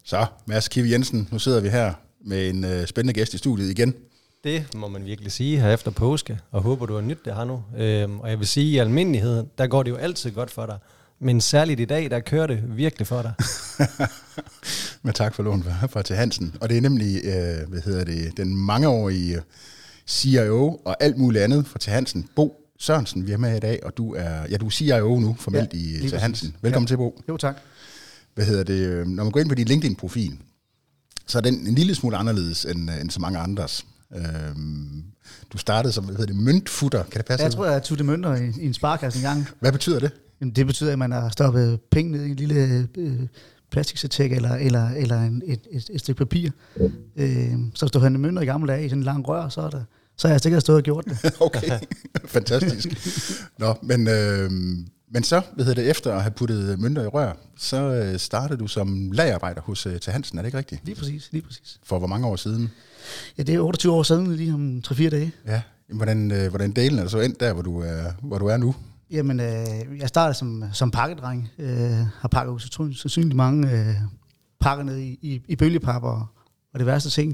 Så, Mads Kiwi Jensen, nu sidder vi her med en spændende gæst i studiet igen. Det må man virkelig sige her efter påske, og håber du har nydt det her nu. Og jeg vil sige, at i almindelighed, der går det jo altid godt for dig. Men særligt i dag, der kører det virkelig for dig. Men tak for lån fra til Hansen. Og det er nemlig, den mangeårige CIO og alt muligt andet fra til Hansen, Bo Sørensen, vi er med i dag, og du er CIO nu, formelt i til Hansen. Velkommen til, Bo. Jo, tak. Når man går ind på din LinkedIn-profil, så er den en lille smule anderledes end så mange andres. Du startede som, møntfutter. Kan det passe? Jeg tror, jeg tog det mønter i en sparekasse en gang. Hvad betyder det? Jamen, det betyder, at man har stoppet penge ned i en lille plastiksatek eller et stykke papir. Så stod han mønter i gamle dage i sådan en lang rør, så har jeg sikkert stået og gjort det. Okay, fantastisk. Nå, men så, efter at have puttet mønter i rør, så startede du som lagerarbejder hos til Hansen, er det ikke rigtigt? Lige præcis. For hvor mange år siden? Ja, det er 28 år siden, lige om 3-4 dage. Ja, hvordan delen er du så endt der, hvor du er nu? Jamen, jeg startede som pakkedreng. Har pakket sandsynligt mange pakker ned i bølgepapper og det værste ting.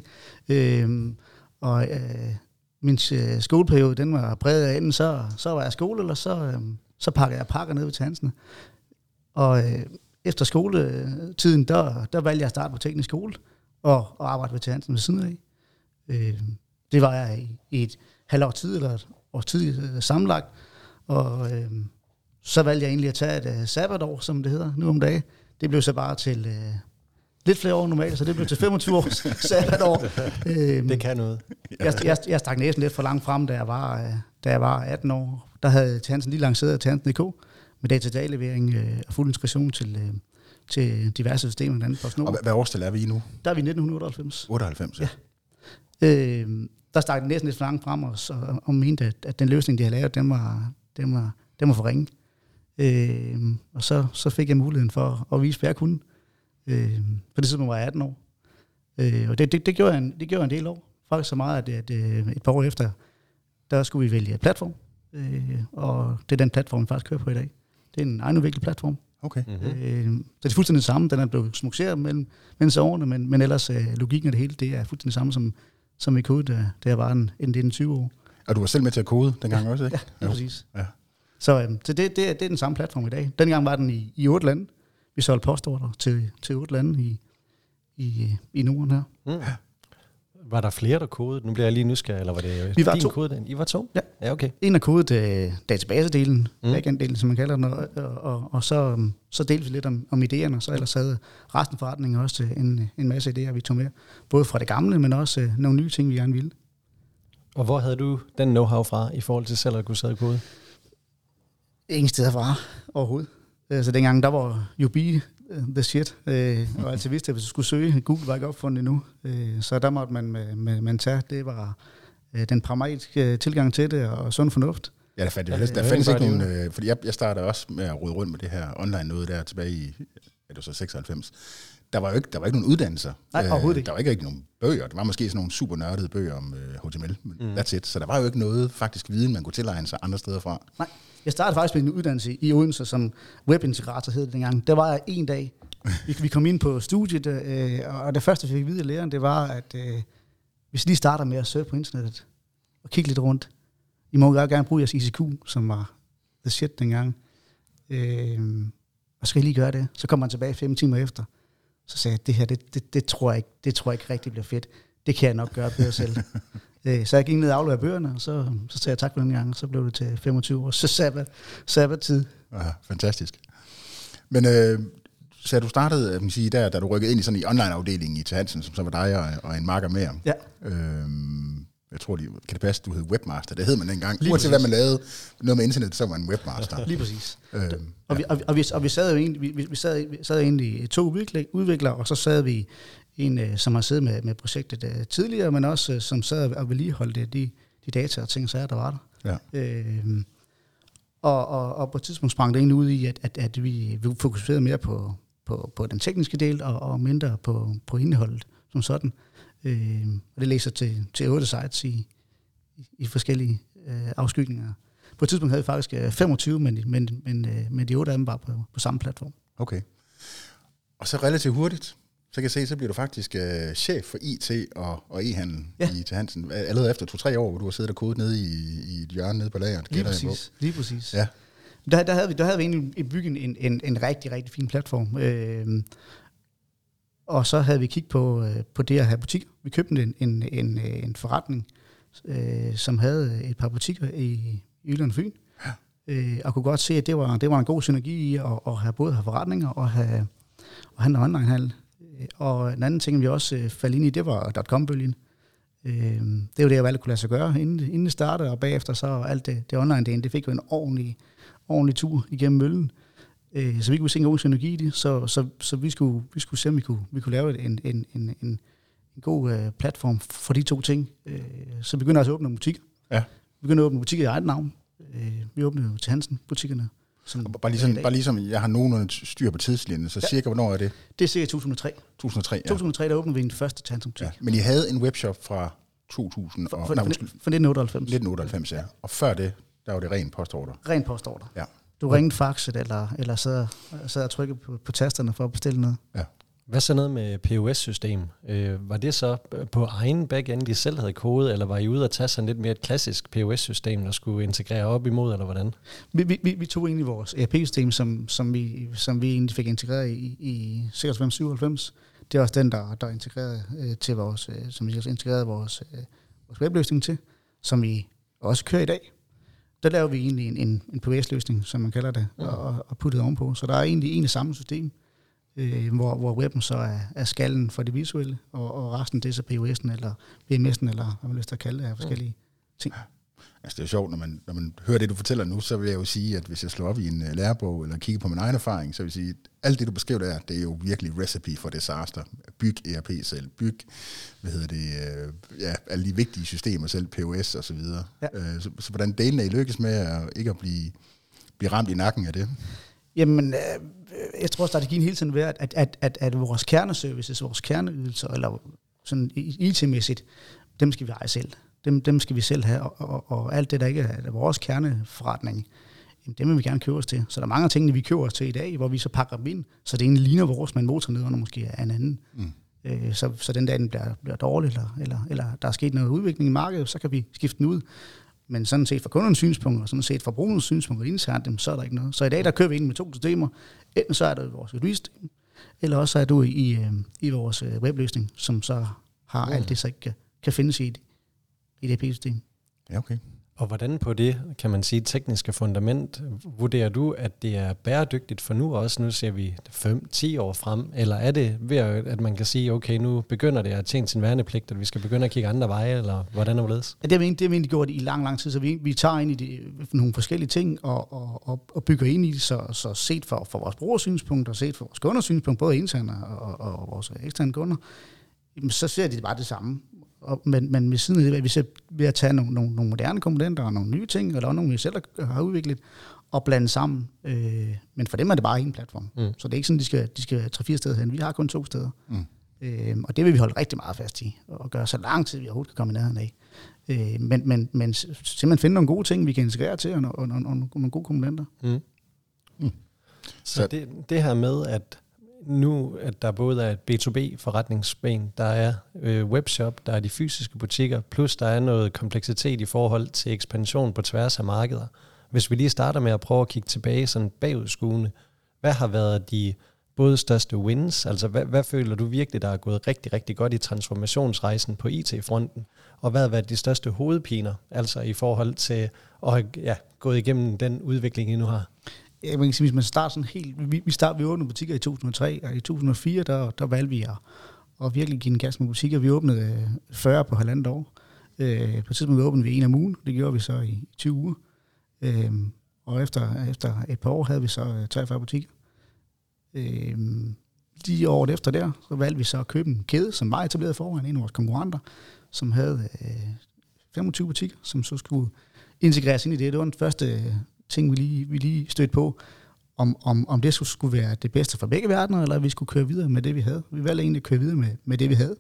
Min skoleperiode, den var præget af enten, så var jeg skole, eller så pakkede jeg pakker ned ved til Hansen. Og efter skoletiden, der valgte jeg at starte på teknisk skole og arbejde ved til Hansen ved siden af. Det var jeg i et halvt år tid, eller et års tid sammenlagt. Og så valgte jeg egentlig at tage et sabbatår, som det hedder nu om dagen. Det blev så bare til lidt flere år normalt, så det blev til 25 års sabbatår. Det kan noget. Jeg stak næsen lidt for langt frem, da jeg var 18 år. Der havde Hansen lige lanceret Hansen.dk med dag-til-dag-levering og fuld integration til diverse systemer. Blandt andet PostNord. Og hvad årstal er vi i nu? Der er vi i 1998. 98, ja. Der stak den næsten lidt for langt frem og mente, at den løsning, de havde lavet, den var for ringe. Og så fik jeg muligheden for at vise, hvad jeg kunne. På det tidspunkt var jeg 18 år. Og det gjorde jeg en del år. Faktisk så meget, at et par år efter, der skulle vi vælge platform. Og det er den platform, vi faktisk kører på i dag. Det er en egenudviklet platform. Okay. Så det er fuldstændig det samme. Den er blevet smukkeret mellem årene, men ellers logikken af det hele, det er fuldstændig det samme, som vi kodede, da jeg var en 20 år. Og du var selv med til at kode dengang også, ikke? Ja, præcis. Ja. Så det er den samme platform i dag. Dengang var den i 8 lande. Vi solgte postordre til 8 lande i Norden her. Mm. Var der flere, der kodede? Nu bliver jeg lige nysgerrig, eller var det vi var din 2. kode? I var 2? Ja, okay. En har kodet database-delen, backend-delen, som man kalder den, og så delte vi lidt om idéerne, og så ellers havde resten af forretningen også en masse idéer, vi tog med. Både fra det gamle, men også nogle nye ting, vi gerne ville. Og hvor havde du den know-how fra, i forhold til selv at kunne sidde kode? Ingen steder fra overhovedet. Så dengang, der var UB the shit, og altid vidste, at hvis du skulle søge, Google var ikke opfundet endnu, så der måtte man tage, det var den pragmatiske tilgang til det, og sund fornuft. Ja, der fandtes ikke nogen, fordi jeg startede også med at rode rundt med det her online noget der tilbage i, 96. Der var ikke nogen uddannelser. Nej, overhovedet ikke. Der var ikke nogen bøger. Der var måske sådan nogle super nørdede bøger om HTML, men that's it. Så der var jo ikke noget faktisk viden, man kunne tilegne sig andre steder fra. Nej. Jeg startede faktisk med en uddannelse i Odense som webintegrator, hed det dengang. Der var jeg en dag. Vi kom ind på studiet, og det første, vi fik at vide af læreren, det var, at hvis I lige starter med at søge på internettet og kigge lidt rundt, I må jo gerne bruge jeres ICQ, som var the shit dengang. Og så skal I lige gøre det. Så kom man tilbage 5 timer efter. Så sagde jeg, det her, det tror jeg ikke rigtig bliver fedt. Det kan jeg nok gøre bedre selv. Så jeg gik ned og afleverede bøgerne, og så sagde jeg tak for den gang, og så blev det til 25 år. Så sabbattid. Ja, fantastisk. Men så du startede, man sige, da du rykkede ind i sådan en online-afdelingen i til Hansen, som så var dig og en makker mere. Ja. Jeg tror, kan det passe, du hed webmaster? Det hed man dengang. Uanset hvad man lavede, noget med internet, så var man webmaster. Lige præcis. Og vi sad jo egentlig, vi sad egentlig 2 udviklere, og så sad vi en, som har siddet med projektet tidligere, men også som sad og vedligeholdte de data og ting, så der var der. Ja. Og på et tidspunkt sprang det egentlig ud i, at vi fokuserede mere på den tekniske del, og mindre på indholdet som sådan. Og det læser til 8 sites i forskellige afskygninger. På et tidspunkt havde vi faktisk 25, men de 8 af dem var på samme platform. Okay. Og så relativt hurtigt, Så kan jeg se, så bliver du faktisk chef for IT og e-handel i T. Hansen. Allerede efter 2-3 år, hvor du har siddet og kodet nede i et hjørne nede på lageret. Lige præcis. Ja. Der havde vi egentlig bygget en rigtig, rigtig fin platform. Og så havde vi kigget på det at have butikker. Vi købte en forretning, som havde et par butikker i Jylland og Fyn. Ja. Og kunne godt se, at det var en god synergi i at have både forretninger og handle onlinehandel. Og en anden ting, vi også faldt ind i, det var .com-bølgen. Det var det, jeg valgte kunne lade sig gøre, inden det startede, og bagefter så alt det online, det fik jo en ordentlig tur igennem møllen. Så vi kunne se en god synergi i det, så vi skulle se, om vi kunne lave en god platform for de to ting. Så begynder altså at åbne butikker. Ja. Vi begynder at åbne butikker i eget navn. Vi åbnede jo T. Hansen-butikkerne. Bare ligesom jeg har nogenlunde styr på tidslinjen, så cirka hvornår er det? Det er cirka 2003. 2003, ja. 2003, der åbnede vi den første T. Hansen-butik. Ja. Men I havde en webshop fra 2000 fra 1998. 1998, ja. Og før det, der var det ren postordre. Ren postordre. Ja. Du ringede faxet, eller sad og trykkede på tasterne for at bestille noget. Ja. Hvad så noget med POS-system? Var det så på egen backend, de selv havde kodet, eller var I ude at tage sådan lidt mere et klassisk POS-system, der skulle integrere op imod, eller hvordan? Vi tog egentlig vores ERP-system, som vi egentlig fik integreret i 96. Det er også den, der er integreret til vores, som vi også integrerede vores webløsning til, som vi også kører i dag. Der laver vi egentlig en POS-løsning, som man kalder det, og puttet ovenpå. Så der er egentlig en samme system, hvor webben så er skallen for det visuelle, og resten det er så POS'en eller BMS'en, eller hvad man lyst til at kalde det, af forskellige ting. Altså det er jo sjovt, når man hører det, du fortæller nu, så vil jeg jo sige, at hvis jeg slår op i en lærebog, eller kigger på min egen erfaring, så vil jeg sige, at alt det, du beskriver der, det er jo virkelig recipe for disaster. Byg ERP selv, byg, alle de vigtige systemer selv, POS og så videre. Ja. Så hvordan delen er I lykkes med ikke at blive ramt i nakken af det? Jamen, jeg tror, strategien hele tiden vil at vores kerneservices, vores kerneydelser, eller sådan IT-mæssigt, dem skal vi eje selv. Dem skal vi selv have, og alt det, der ikke er vores kerneforretning, dem vil vi gerne købe os til. Så der er mange af tingene, vi køber os til i dag, hvor vi så pakker dem ind, så det egentlig ligner vores, men motoren nedenunder måske er en anden. Så den dag, den bliver dårlig, eller der er sket noget udvikling i markedet, så kan vi skifte den ud. Men sådan set fra kundernes synspunkt, og sådan set fra brugernes synspunkt internt, så er der ikke noget. Så i dag, der kører vi ind med 2 systemer. Enten så er det vores system, eller også er du i vores webløsning, som så har alt det, så ikke kan findes i et ERP-system. Ja, okay. Og hvordan på det, kan man sige, tekniske fundament, vurderer du, at det er bæredygtigt for nu også? Nu ser vi 5-10 år frem, eller er det ved, at man kan sige, okay, nu begynder det at tjene sin værnepligt, at vi skal begynde at kigge andre veje, eller hvordan er det? Ja, det har vi egentlig gjort i lang tid, så vi tager ind i nogle forskellige ting og bygger ind i det, så set for vores brugersynspunkt og set for vores kundersynspunkt, både interne og vores eksterne kunder, så ser de bare det samme. Men med siden af det, vi ser ved at tage nogle moderne komponenter og nogle nye ting, eller nogle, vi selv har udviklet, og blande sammen. Men for dem er det bare en platform. Så det er ikke sådan, de skal 3-4 steder hen. Vi har kun 2 steder. Og det vil vi holde rigtig meget fast i, og gøre så lang tid, vi overhovedet kan komme i nærheden af. Men simpelthen finde nogle gode ting, vi kan integrere til, og nogle gode komponenter. Så det her med, at nu, at der både er et B2B-forretningsben, der er webshop, der er de fysiske butikker, plus der er noget kompleksitet i forhold til ekspansion på tværs af markeder. Hvis vi lige starter med at prøve at kigge tilbage sådan bagudskuende, hvad har været de både største wins, altså hvad føler du virkelig, der er gået rigtig, rigtig godt i transformationsrejsen på IT-fronten, og hvad har været de største hovedpiner, altså i forhold til at have gået igennem den udvikling, I nu har? Jeg vil sige, hvis man starter sådan helt... Vi åbnede butikker i 2003, og i 2004, der valgte vi at virkelig give en gas med butikker. Vi åbnede 40 på 1,5 år. På et tidspunkt åbnede vi 1 om ugen. Det gjorde vi så i 20 uger. Og efter et par år havde vi så 43 butikker. De året efter der, så valgte vi så at købe en kæde, som var etableret foran en af vores konkurrenter, som havde 25 butikker, som så skulle integreres ind i det. Det var den første ting, vi lige stødte på, om det skulle være det bedste for begge verdener, eller vi skulle køre videre med det, vi havde. Vi valgte egentlig at køre videre med det, vi havde,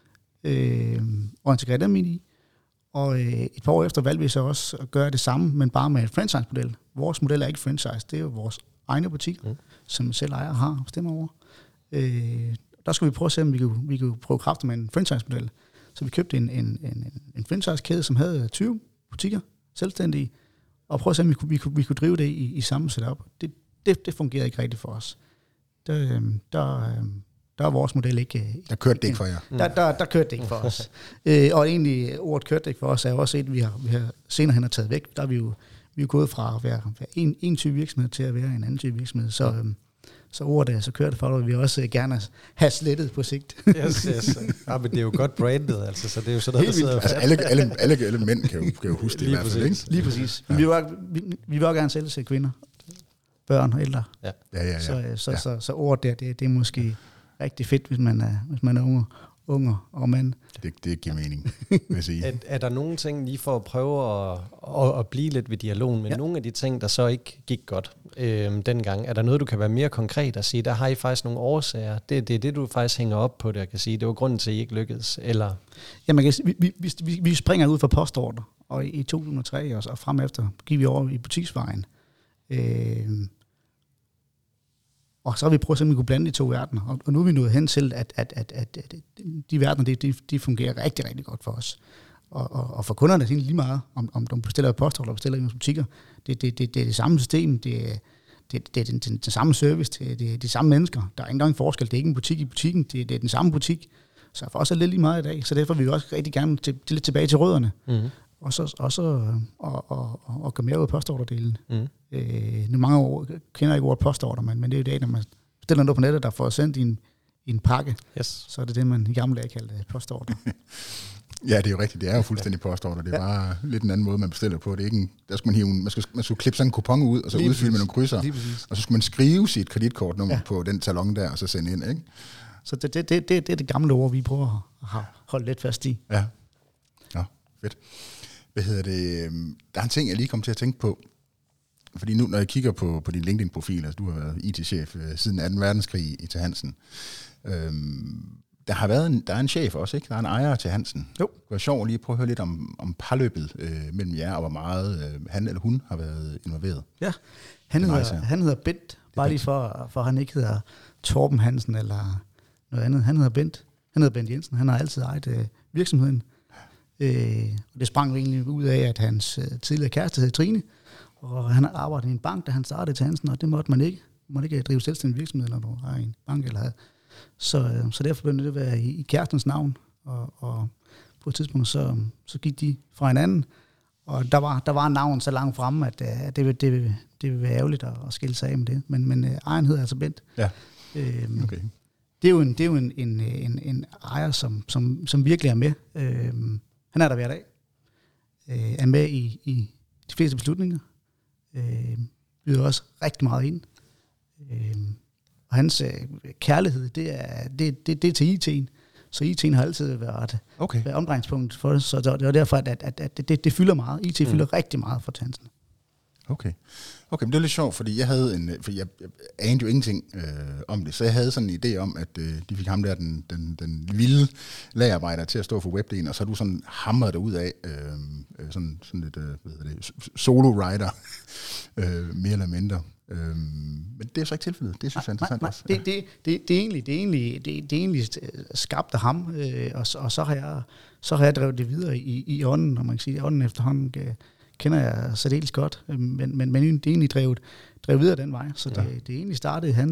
og integrere dem ind i. Og et par år efter valgte vi så også at gøre det samme, men bare med en franchise-model. Vores model er ikke franchise, det er jo vores egne butikker, som selv ejer har og bestemmer over. der skulle vi prøve at se, om vi kunne prøve kræfter med en franchise-model. Så vi købte en franchise-kæde, som havde 20 butikker, selvstændige, og prøve at se, om vi kunne drive det i samme setup. Det fungerede ikke rigtigt for os. Der er vores model ikke... Der kørte det ikke for jer. Der kørte det ikke for os. Og egentlig, ordet kørte det ikke for os, er jo også et, vi har senere hen taget væk. Der er vi er gået fra at være en type virksomhed til at være en anden type virksomhed. Så ordet, så kører det for, at vi også gerne have slettet på sigt. Yes. Ja, men det er jo godt brandet, altså, så det er jo sådan noget, der sidder... Altså alle mænd kan jo huske det i hvert fald, ikke? Lige præcis. Ja. Vi vil også gerne sælge til kvinder, børn og ældre. Ja. Så ordet der, det er måske rigtig fedt, hvis man er unger og mænd. Det giver mening, vil jeg sige. Er der nogle ting, lige for at prøve at blive lidt ved dialogen, men nogle af de ting, der så ikke gik godt dengang, er der noget, du kan være mere konkret at sige, der har I faktisk nogle årsager? Det er det, du faktisk hænger op på det, og kan sige, det var grunden til, at I ikke lykkedes, eller? Ja, man kan sige, vi springer ud fra postordre, og i 2003 og frem efter gik vi over i butiksvejen. Og så har vi prøvet at se, om vi kunne blande de to verdener. Og nu er vi nået hen til, at de verdener, de fungerer rigtig, rigtig godt for os. Og for kunderne er det lige meget, om de bestiller postordre eller bestiller i vores butikker. Det er det samme system, det er den samme service, det er de samme mennesker. Der er ikke engang forskel, det er ikke en butik i butikken, det er den samme butik. Så for os er det lige meget i dag, så derfor vil vi også rigtig gerne lidt tilbage til rødderne. Mm-hmm. Og så gå mere ud af postordredelen. Mm. Nu mange år kender jeg ikke ordet postordre, men det er jo det, når man bestiller noget på nettet, der får sendt i en pakke, så er det man i gamle dage kaldte postordre. Ja, det er jo rigtigt. Det er jo fuldstændig postordre. Det er bare lidt en anden måde, man bestiller på. Det er ikke der skulle man skulle klippe sådan en kupon ud, og så udfylde med nogle krydser. Og så skulle man skrive sit kreditkortnummer på den talon der, og så sende ind, ikke? Så det er det gamle ord, vi prøver at holde lidt fast i. Ja. Nå, fedt. Der er en ting, jeg lige kom til at tænke på. Fordi nu, når jeg kigger på din LinkedIn-profil, altså du har været IT-chef siden 2. verdenskrig i til Hansen. Der er en chef også, ikke? Der er en ejer til Hansen. Jo. Det var sjovt lige at prøve at høre lidt om parløbet mellem jer, og hvor meget han eller hun har været involveret. Ja, han hedder Bent, bare lige for han ikke hedder Torben Hansen eller noget andet. Han hedder Bent. Han hedder Bent Jensen. Han har altid ejet virksomheden. Og det sprang egentlig ud af, at hans tidligere kæreste hed Trine, og han har arbejdet i en bank, da han startede til Hansen, og det måtte man ikke. Man måtte ikke drive selvstændig virksomhed, når du har en bank eller havde. Så derfor blev det at være i kærestens navn, og på et tidspunkt så gik de fra hinanden, og der var en navn så langt fremme, at det ville være ærgerligt at skille sig af med det. Men ejeren hedder altså Bent. Ja. Okay. Det er jo en ejer, som virkelig er med. Han er der hver dag. Er med i de fleste beslutninger. Byder også rigtig meget ind. Og hans kærlighed, det er til IT'en. Så IT'en har altid været omdrejningspunkt for det. Så det var derfor, at det fylder meget. IT fylder rigtig meget for Hansen. Okay, men det er lidt sjovt, fordi jeg anede jo ingenting om det, så jeg havde sådan en idé om, at de fik ham der, den vilde lagarbejder til at stå for webdelen, og så er du sådan hamret derud af, sådan lidt, solo-writer, mere eller mindre. Men det er jo så ikke tilfældet. Det synes jeg er interessant også. Det er egentlig skabt af ham, og så har jeg drevet det videre i ånden, og man kan sige, ånden efterhånden kender jeg særdeles godt, men det er egentlig drevet videre den vej, så det er egentlig startet i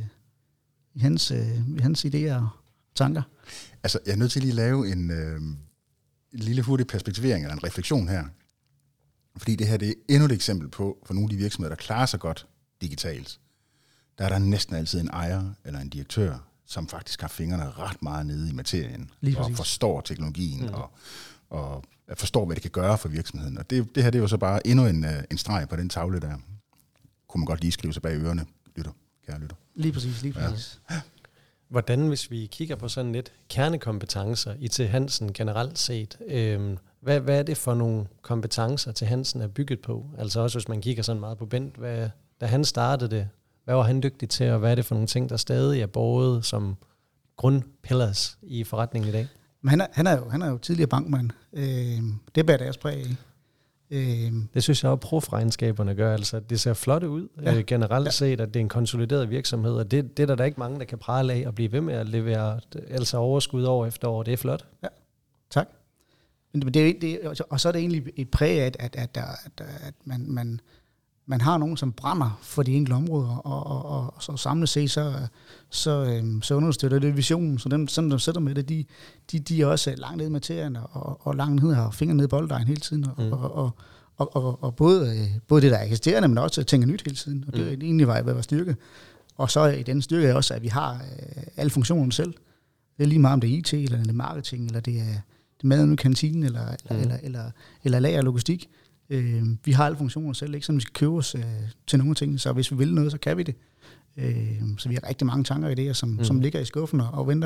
hans idéer og tanker. Altså, jeg er nødt til lige at lave en lille hurtig perspektivering eller en refleksion her, fordi det her det er endnu et eksempel på, for nogle af de virksomheder, der klarer sig godt digitalt, der er der næsten altid en ejer eller en direktør, som faktisk har fingrene ret meget nede i materien, og forstår teknologien, og forstår, hvad det kan gøre for virksomheden. Og det her, det er jo så bare endnu en streg på den tavle der. Kunne man godt lige skrive sig bag ørerne, kære lytter. Lige præcis. Ja. Hvordan, hvis vi kigger på sådan lidt kernekompetencer i til Hansen generelt set, hvad er det for nogle kompetencer til Hansen er bygget på? Altså også hvis man kigger sådan meget på Bent, da han startede det, hvad var han dygtig til, og hvad er det for nogle ting, der stadig er båret som grundpillars i forretningen i dag? Men han er jo tidligere bankmand. Det bærer deres præg i. Det synes jeg også, profregnskaberne gør. Altså, det ser flot ud generelt set, at det er en konsolideret virksomhed, og det er der ikke mange, der kan prale af at blive ved med at levere altså overskud år efter år. Det er flot. Ja, tak. Men og så er det egentlig et præg af, at man har nogen, som brænder for de enkelte områder, og så samlet set, så understøtter det visionen, så dem, som der sætter med det, de er også langt ned i materien, og langt ned, har fingeren ned i bolddejen hele tiden, og både det, der er eksisterende, men også tænker nyt hele tiden, og det er egentlig var styrke. Og så i den styrke er også, at vi har alle funktionerne selv. Det er lige meget, om det er IT, eller det er marketing, eller det er maden i kantinen, eller lager og logistik. Vi har alle funktioner selv, ikke, som vi skal købe os til nogle ting, så hvis vi vil noget, så kan vi det. Så vi har rigtig mange tanker og idéer, som ligger i skuffen og venter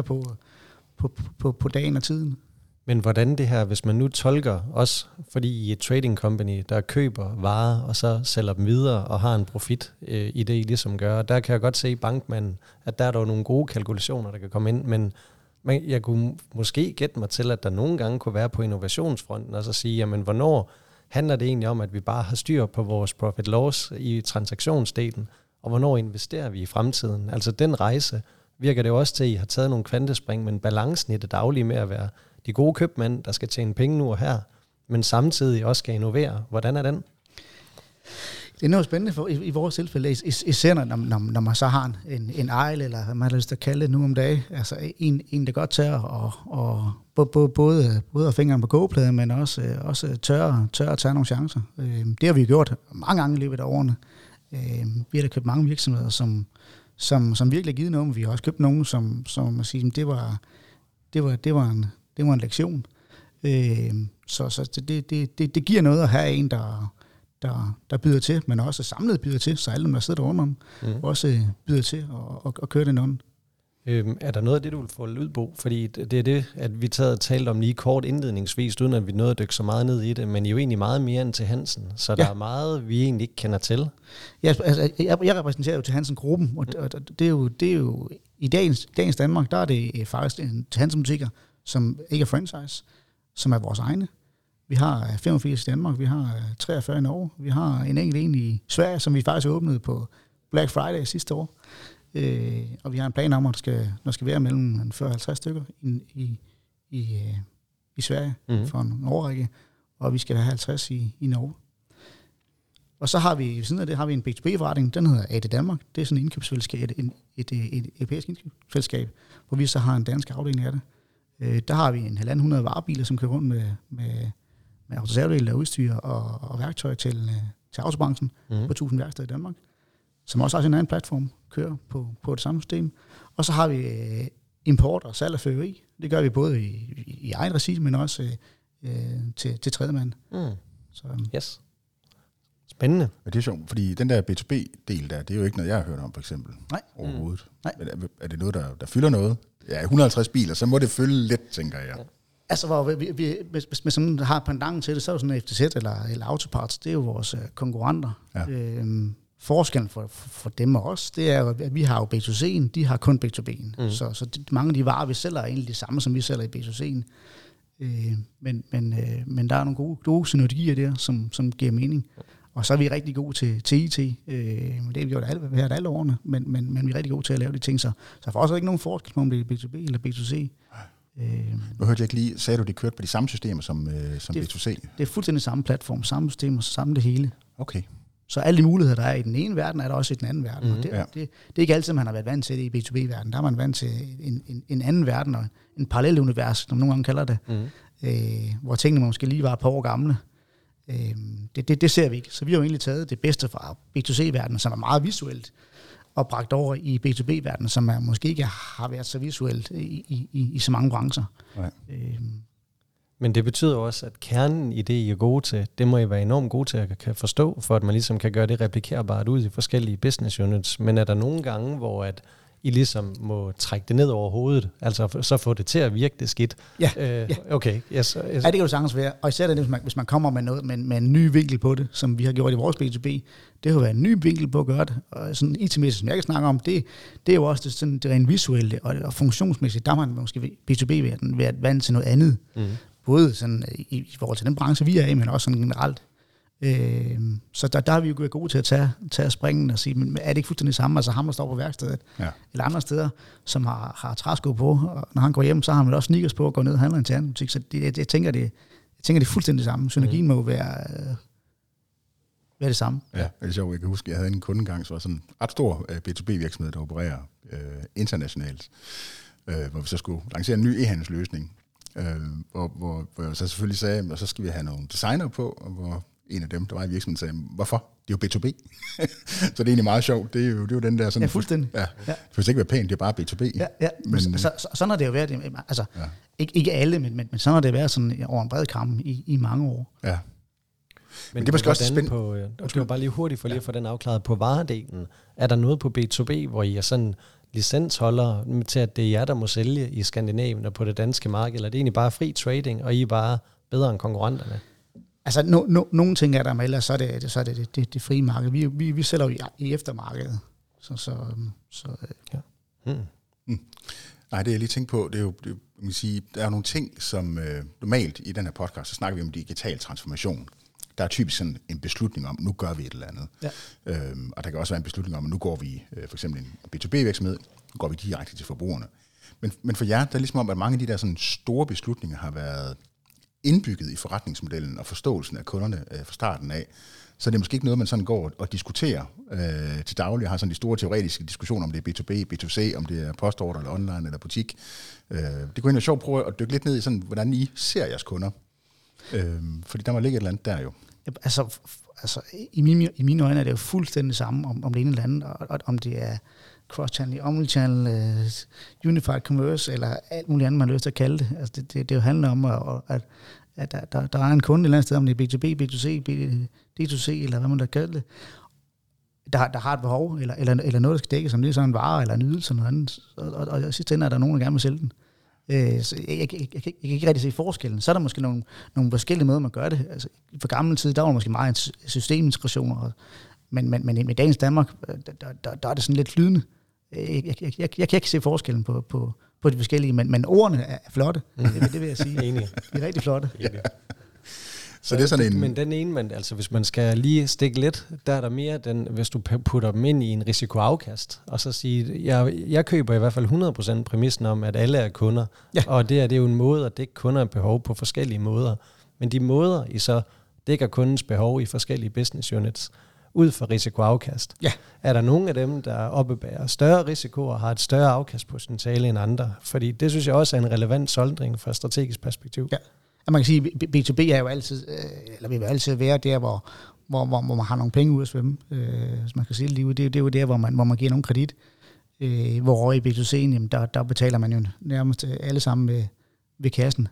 på dagen og tiden. Men hvordan det her, hvis man nu tolker os, fordi I er et trading company, der køber varer, og så sælger dem videre, og har en profit i det, I ligesom gør, der kan jeg godt se i bankmanden, at der er nogle gode kalkulationer, der kan komme ind, men jeg kunne måske gætte mig til, at der nogle gange kunne være på innovationsfronten, og så sige, jamen hvornår handler det egentlig om, at vi bare har styr på vores profit loss i transaktionsdelen, og hvornår investerer vi i fremtiden? Altså den rejse virker det jo også til, at I har taget nogle kvantespring, men balancen i det daglige med at være de gode købmænd, der skal tjene penge nu og her, men samtidig også skal innovere. Hvordan er den? Det er noget spændende i vores tilfælde, især når man så har en ejl, eller hvad man har lyst til at kalde det nu om dagen. Altså en der godt tør både at fingeren på kogepladen, men også tør at tage nogle chancer. Det har vi gjort mange gange i løbet af årene. Vi har da købt mange virksomheder, som virkelig har givet noget, men vi har også købt nogle, som at sige, det var en lektion. Så det giver noget at have en, der byder til, men også samlet byder til, så alle dem, der sidder rundt om, også byder til at køre den ånd. Er der noget af det, du vil få ud på? Fordi det er det, at vi talte om lige kort indledningsvis, uden at vi nåede at dykke så meget ned i det, men I er jo egentlig meget mere end til Hansen, så der er meget, vi egentlig ikke kender til. Ja, altså, jeg repræsenterer jo til Hansen-gruppen, og det er jo i dagens Danmark, der er det faktisk en til Hansen-butikker, som ikke er franchise, som er vores egne. Vi har 85 i Danmark, vi har 43 i Norge, vi har en enkelt en i Sverige, som vi faktisk åbnede på Black Friday sidste år. Og vi har en plan om, at der skal være mellem 40-50 stykker i Sverige for en årrække, og vi skal have 50 i Norge. Og så har vi, ved siden af det, har vi en B2B-forretning, den hedder AD Danmark. Det er sådan et indkøbsfællesskab, et europæisk indkøbsfællesskab, hvor vi så har en dansk afdeling af det. Der har vi 1.500 varebiler, som kører rundt med autoservedele og udstyr og værktøj til autobranchen på 1000 værksteder i Danmark, som også har sin egen platform, kører på det samme system. Og så har vi import og salg af fyrværkeri. Det gør vi både i egen regi, men også til tredjemand. Så, yes. Spændende. Ja, det er sjovt, fordi den der B2B-del der, det er jo ikke noget, jeg har hørt om, for eksempel. Nej. Overhovedet. Nej. Er det noget, der fylder noget? Ja, 150 biler, så må det fylde lidt, tænker jeg. Ja. Altså, hvor hvis man sådan har pendanten til det, så er det sådan en FTZ eller Autoparts, det er jo vores konkurrenter. Ja. Forskellen for dem og os, det er jo, at vi har jo B2C'en, de har kun B2B'en. Så mange af de varer, vi sælger, er egentlig det samme, som vi sælger i B2C'en. Men der er nogle gode synergier der, som giver mening. Og så er vi rigtig gode til IT. Det har vi gjort alle årene, men vi er rigtig gode til at lave de ting. Så for os er der ikke nogen forskel på, om det er B2B eller B2C. Nu hørte jeg ikke lige, sagde du, de kørte på de samme systemer som B2C? Det er fuldstændig samme platform, samme systemer, samme det hele. Okay. Så alle de muligheder, der er i den ene verden, er der også i den anden verden. Og det er ikke altid, man har været vant til det i B2B-verden. Der er man vant til en anden verden, og en parallel univers, som nogle gange kalder det, hvor tingene måske lige var et par år gamle. Det ser vi ikke. Så vi har jo egentlig taget det bedste fra B2C-verdenen, som er meget visuelt, og bragt over i B2B-verdenen, som måske ikke har været så visuelt i så mange brancher. Nej. Men det betyder også, at kernen i det, I er gode til, det må I være enormt gode til at kan forstå, for at man ligesom kan gøre det replikerbart ud i forskellige business units. Men er der nogle gange, hvor at I ligesom må trække det ned over hovedet, altså så få det til at virke det skidt? Ja. Okay. Yes. Ja, det kan jo sagtens være. Og især det, hvis man kommer med noget med en ny vinkel på det, som vi har gjort i vores B2B, det har været en ny vinkel på at gøre det. Og sådan IT-mæssigt, som jeg kan snakke om, det er jo også det rent visuelle og funktionsmæssigt. Der har man måske B2B-verden været vant til noget andet. Både sådan i forhold til den branche, vi er i, men også sådan generelt. Så der er vi jo gode til at tage springen og sige, men er det ikke fuldstændig samme? Altså ham, der står på værkstedet, eller andre steder, som har træsko på, og når han går hjem, så har han også sneakers på og går ned og handler i en ternbutik. Så jeg tænker, det er fuldstændig det samme. Synergien må jo være det samme. Ja, det er sjovt. Jeg kan huske, jeg havde en kunde engang, som var sådan en ret stor B2B-virksomhed, der opererer internationalt, hvor vi så skulle lancere en ny e-handelsløsning, hvor jeg så selvfølgelig sagde, og så skal vi have nogle designer på, og hvor en af dem, der var i virksomheden, sagde, hvorfor? Det er jo B2B. Så det er egentlig meget sjovt. Det er jo den der sådan... Ja, fuldstændig. Ja. Det skal ikke være pænt, det er bare B2B. Ja. Men, sådan har det jo været. Altså, ikke alle, men sådan har det været sådan over en bred kam i mange år. Ja. Men det er måske også spændende. Det var bare lige hurtigt for lige at få den afklaret på varedelen. Er der noget på B2B, hvor I er sådan licensholder til, at det er jer, der må sælge i Skandinavien og på det danske marked, eller er det egentlig bare fri trading, og I er bare bedre end konkurrenterne? Altså, nogle ting er der, men ellers så er det frie marked. Vi sælger jo i eftermarkedet. Nej, det jeg lige tænkte på, det er jo man kan sige, der er nogle ting, som normalt i den her podcast, så snakker vi om digital transformation. Der er typisk sådan en beslutning om, nu gør vi et eller andet. Ja. Og der kan også være en beslutning om, at nu går vi, for eksempel en B2B-virksomhed, nu går vi direkte til forbrugerne. Men for jer, der er ligesom om, at mange af de der sådan store beslutninger har været indbygget i forretningsmodellen og forståelsen af kunderne fra starten af. Så det er måske ikke noget, man sådan går og diskuterer til daglig, og har sådan de store teoretiske diskussioner, om det er B2B, B2C, om det er postorder eller online eller butik. Det kunne være sjovt at prøve at dykke lidt ned i, sådan, hvordan I ser jeres kunder. Fordi der må ligge et eller andet der jo. Altså i mine øjne er det jo fuldstændig det samme, om det ene eller andet, og om det er cross-channel, omnichannel, unified commerce, eller alt muligt andet, man har lyst til at kalde det. Altså det jo handler om, at der er en kunde et eller andet sted, om det er B2B, B2C, D2C, eller hvad man der kalder det, der har et behov, eller noget, der skal dækkes, som det er sådan en vare, eller en ydelse, eller noget andet, og i sidste ende er der nogen, der gerne vil sælge den. Så jeg kan ikke rigtig se forskellen. Så er der måske nogle forskellige måder, man gør det. Altså, for gammel tid, der var måske meget systemintegrationer, men i dagens Danmark, der er det sådan lidt flydende. Jeg kan ikke se forskellen på de forskellige, men ordene er flotte. Det vil jeg sige. Enig. De er rigtig flotte. Så det er sådan en... Men den ene, altså hvis man skal lige stikke lidt, der er der mere den, hvis du putter dem ind i en risikoafkast, og så sige, jeg køber i hvert fald 100% præmissen om, at alle er kunder, og det er jo en måde at dække kunder behov på forskellige måder. Men de måder, I så dækker kundens behov i forskellige business units, ud fra risikoafkast. Ja. Er der nogle af dem, der oppebærer større risiko og har et større afkastpotentiale end andre? Fordi det synes jeg også er en relevant sondring fra strategisk perspektiv. Ja. Man kan sige, at B2B er jo altid, eller vil altid være der, hvor man har nogle penge ud at svømme, hvis man kan sige det lige ud. Det er jo der, hvor man giver nogen kredit. Hvor i B2C, jamen, der betaler man jo nærmest alle sammen ved kassen.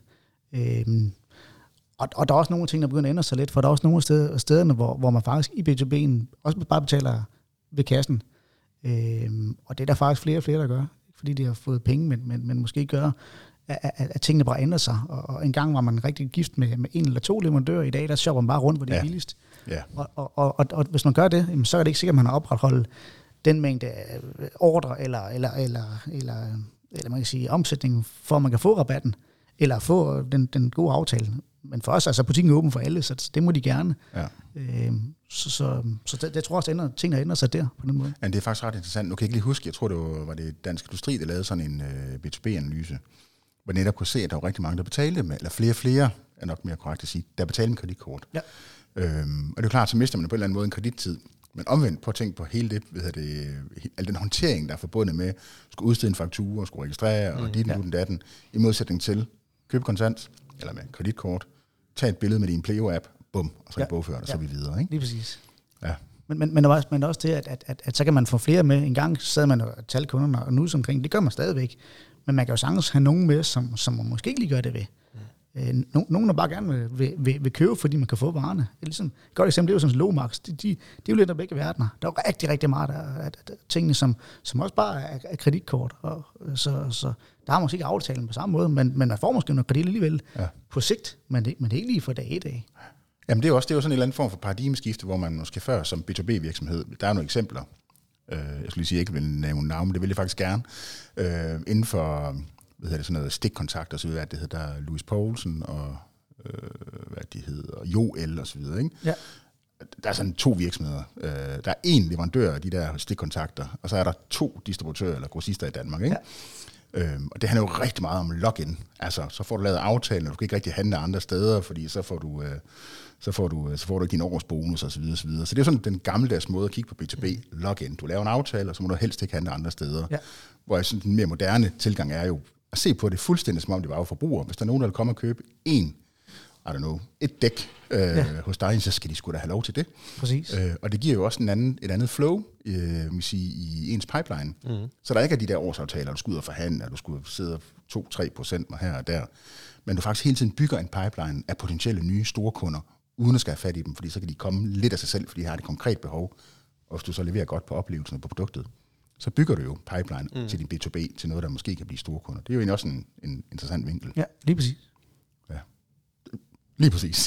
Og der er også nogle ting, der begynder at ændre sig lidt, for der er også nogle stederne, hvor man faktisk i B2B'en også bare betaler ved kassen. Og det er der faktisk flere og flere, der gør, fordi de har fået penge, men måske gør, at tingene bare ændrer sig. Og engang var man rigtig gift med en eller to leverandører. I dag, der shopper man bare rundt, hvor det er billigst. Ja. Og hvis man gør det, så er det ikke sikkert, at man har opretholdt den mængde ordre, eller man kan sige omsætning, for at man kan få rabatten, eller få den gode aftale. Men for os, altså butikken er åben for alle, så det må de gerne. Ja. Så jeg tror også, at tingene ændrer sig der på den måde. Ja, det er faktisk ret interessant. Nu kan jeg ikke lige huske, jeg tror, det var det Dansk Industri, der lavede sådan en B2B-analyse, hvor netop kunne se, at der var rigtig mange, der betalte med, eller flere er nok mere korrekt at sige, der betalte med kreditkort. Ja. Og det er jo klart, så mister man på en eller anden måde en kredittid. Men omvendt, på at tænke på hele det, al den håndtering, der er forbundet med, skulle udstede en faktura, skulle registrere, og den datten, i modsætning til købe kontant, eller med kreditkort, tage et billede med din Pleo-app, bum, og så bogføre det, så vi videre. Ikke? Lige præcis. Ja. Men også det, at så kan man få flere med. En gang sad man og talte kunderne, og nu omkring, det gør man stadigvæk. Men man kan jo sagtens have nogen med, som man måske ikke lige gør det ved. Nogen, der bare gerne vil købe, fordi man kan få varerne. Det er ligesom, et godt eksempel, det er jo som Lomax. De er jo lidt af begge verdener. Der er jo rigtig, rigtig meget af tingene, som også bare er kreditkort. Så der har man måske ikke aftalen på samme måde, men man får måske noget kredit alligevel på sigt, men det er ikke lige for dag i dag. Jamen det er jo sådan en eller anden form for paradigmeskifte, hvor man måske før som B2B-virksomhed, der er nogle eksempler, jeg skulle lige sige, jeg ikke vil nævne navn, men det vil jeg faktisk gerne, inden for sådan noget stikkontakt og så videre, det hedder Louis Poulsen og hvad de hedder, Joel og så videre, ikke? Ja. der er sådan 2 virksomheder. Der er 1 leverandør af de der stikkontakter, og så er der 2 distributører eller grossister i Danmark, ikke? Ja. Og det handler jo rigtig meget om login. Altså, så får du lavet aftalen, og du kan ikke rigtig handle andre steder, fordi så får du ikke din årsbonus og så videre, så videre. Så det er sådan den gammeldags måde at kigge på B2B login. Du laver en aftale, og så må du helst ikke handle andre steder. Ja. Hvor sådan den mere moderne tilgang er jo at se på det fuldstændig som om det var jo forbruger. Hvis der er nogen, der vil komme og købe et dæk hos dig, så skal de sgu da have lov til det. Præcis. Og det giver jo også et andet flow i ens pipeline. Mm. Så der ikke er de der årsaftaler, du skal ud og forhandle, og du skulle sidde 2-3% her og der. Men du faktisk hele tiden bygger en pipeline af potentielle nye store kunder, uden at skal have fat i dem, fordi så kan de komme lidt af sig selv, fordi de har et konkret behov. Og hvis du så leverer godt på oplevelsen på produktet, så bygger du jo pipeline til din B2B, til noget, der måske kan blive store kunder. Det er jo egentlig også en interessant vinkel. Ja, lige præcis. Ja. Lige præcis.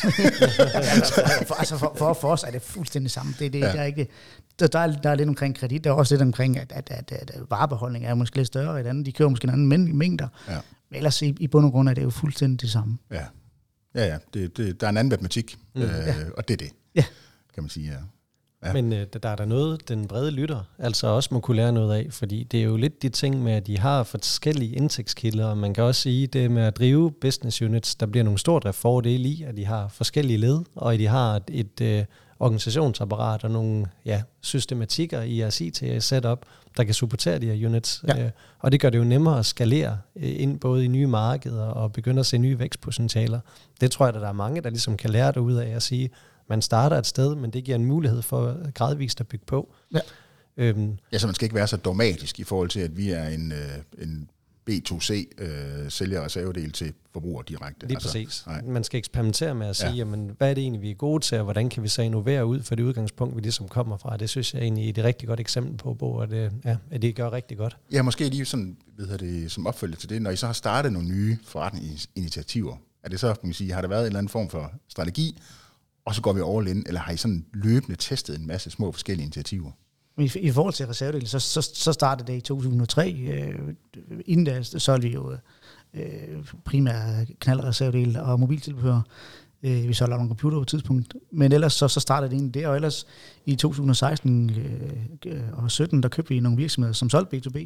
For os er det fuldstændig samme. Der er ikke, der er lidt omkring kredit, der er også lidt omkring, at varebeholdning er måske lidt større i et andet. De kører måske en anden mængder. Ja. Men ellers i bund og grund er det jo fuldstændig det samme. Ja. Der er en anden matematik, og det er det, kan man sige, ja. Ja. Men der er der noget, den brede lytter altså også må kunne lære noget af, fordi det er jo lidt de ting med, at de har forskellige indtægtskilder, og man kan også sige, det med at drive business units, der bliver nogle stort fordele i, at de har forskellige led, og at de har et organisationsapparat og nogle systematikker i jeres IT-setup, der kan supportere de her units. Ja. Og det gør det jo nemmere at skalere ind både i nye markeder og begynde at se nye vækstpotentialer. Det tror jeg, der er mange, der ligesom kan lære derude af at sige, man starter et sted, men det giver en mulighed for gradvist at bygge på. Ja. Så man skal ikke være så dogmatisk i forhold til, at vi er en B2C sælger reservedel til forbruger direkte. Lige præcis. Man skal eksperimentere med at sige, jamen, hvad er det egentlig, vi er gode til, og hvordan kan vi så innovere ud for det udgangspunkt, vi ligesom kommer fra. Det synes jeg egentlig er et rigtig godt eksempel på, at det gør rigtig godt. Ja, måske lige sådan, som opfølger til det, når I så har startet nogle nye forretningsinitiativer, er det så, kan man sige, har der været en eller anden form for strategi, og så går vi all in, eller har I sådan løbende testet en masse små forskellige initiativer? I forhold til reservedelen, så startede det i 2003. Inden da solgte vi jo primært knaldreservedel og mobiltilbehør. Vi solgte nogle computer på et tidspunkt. Men ellers så startede det egentlig der, og ellers i 2016 og 17, der købte vi nogle virksomheder, som solgte B2B.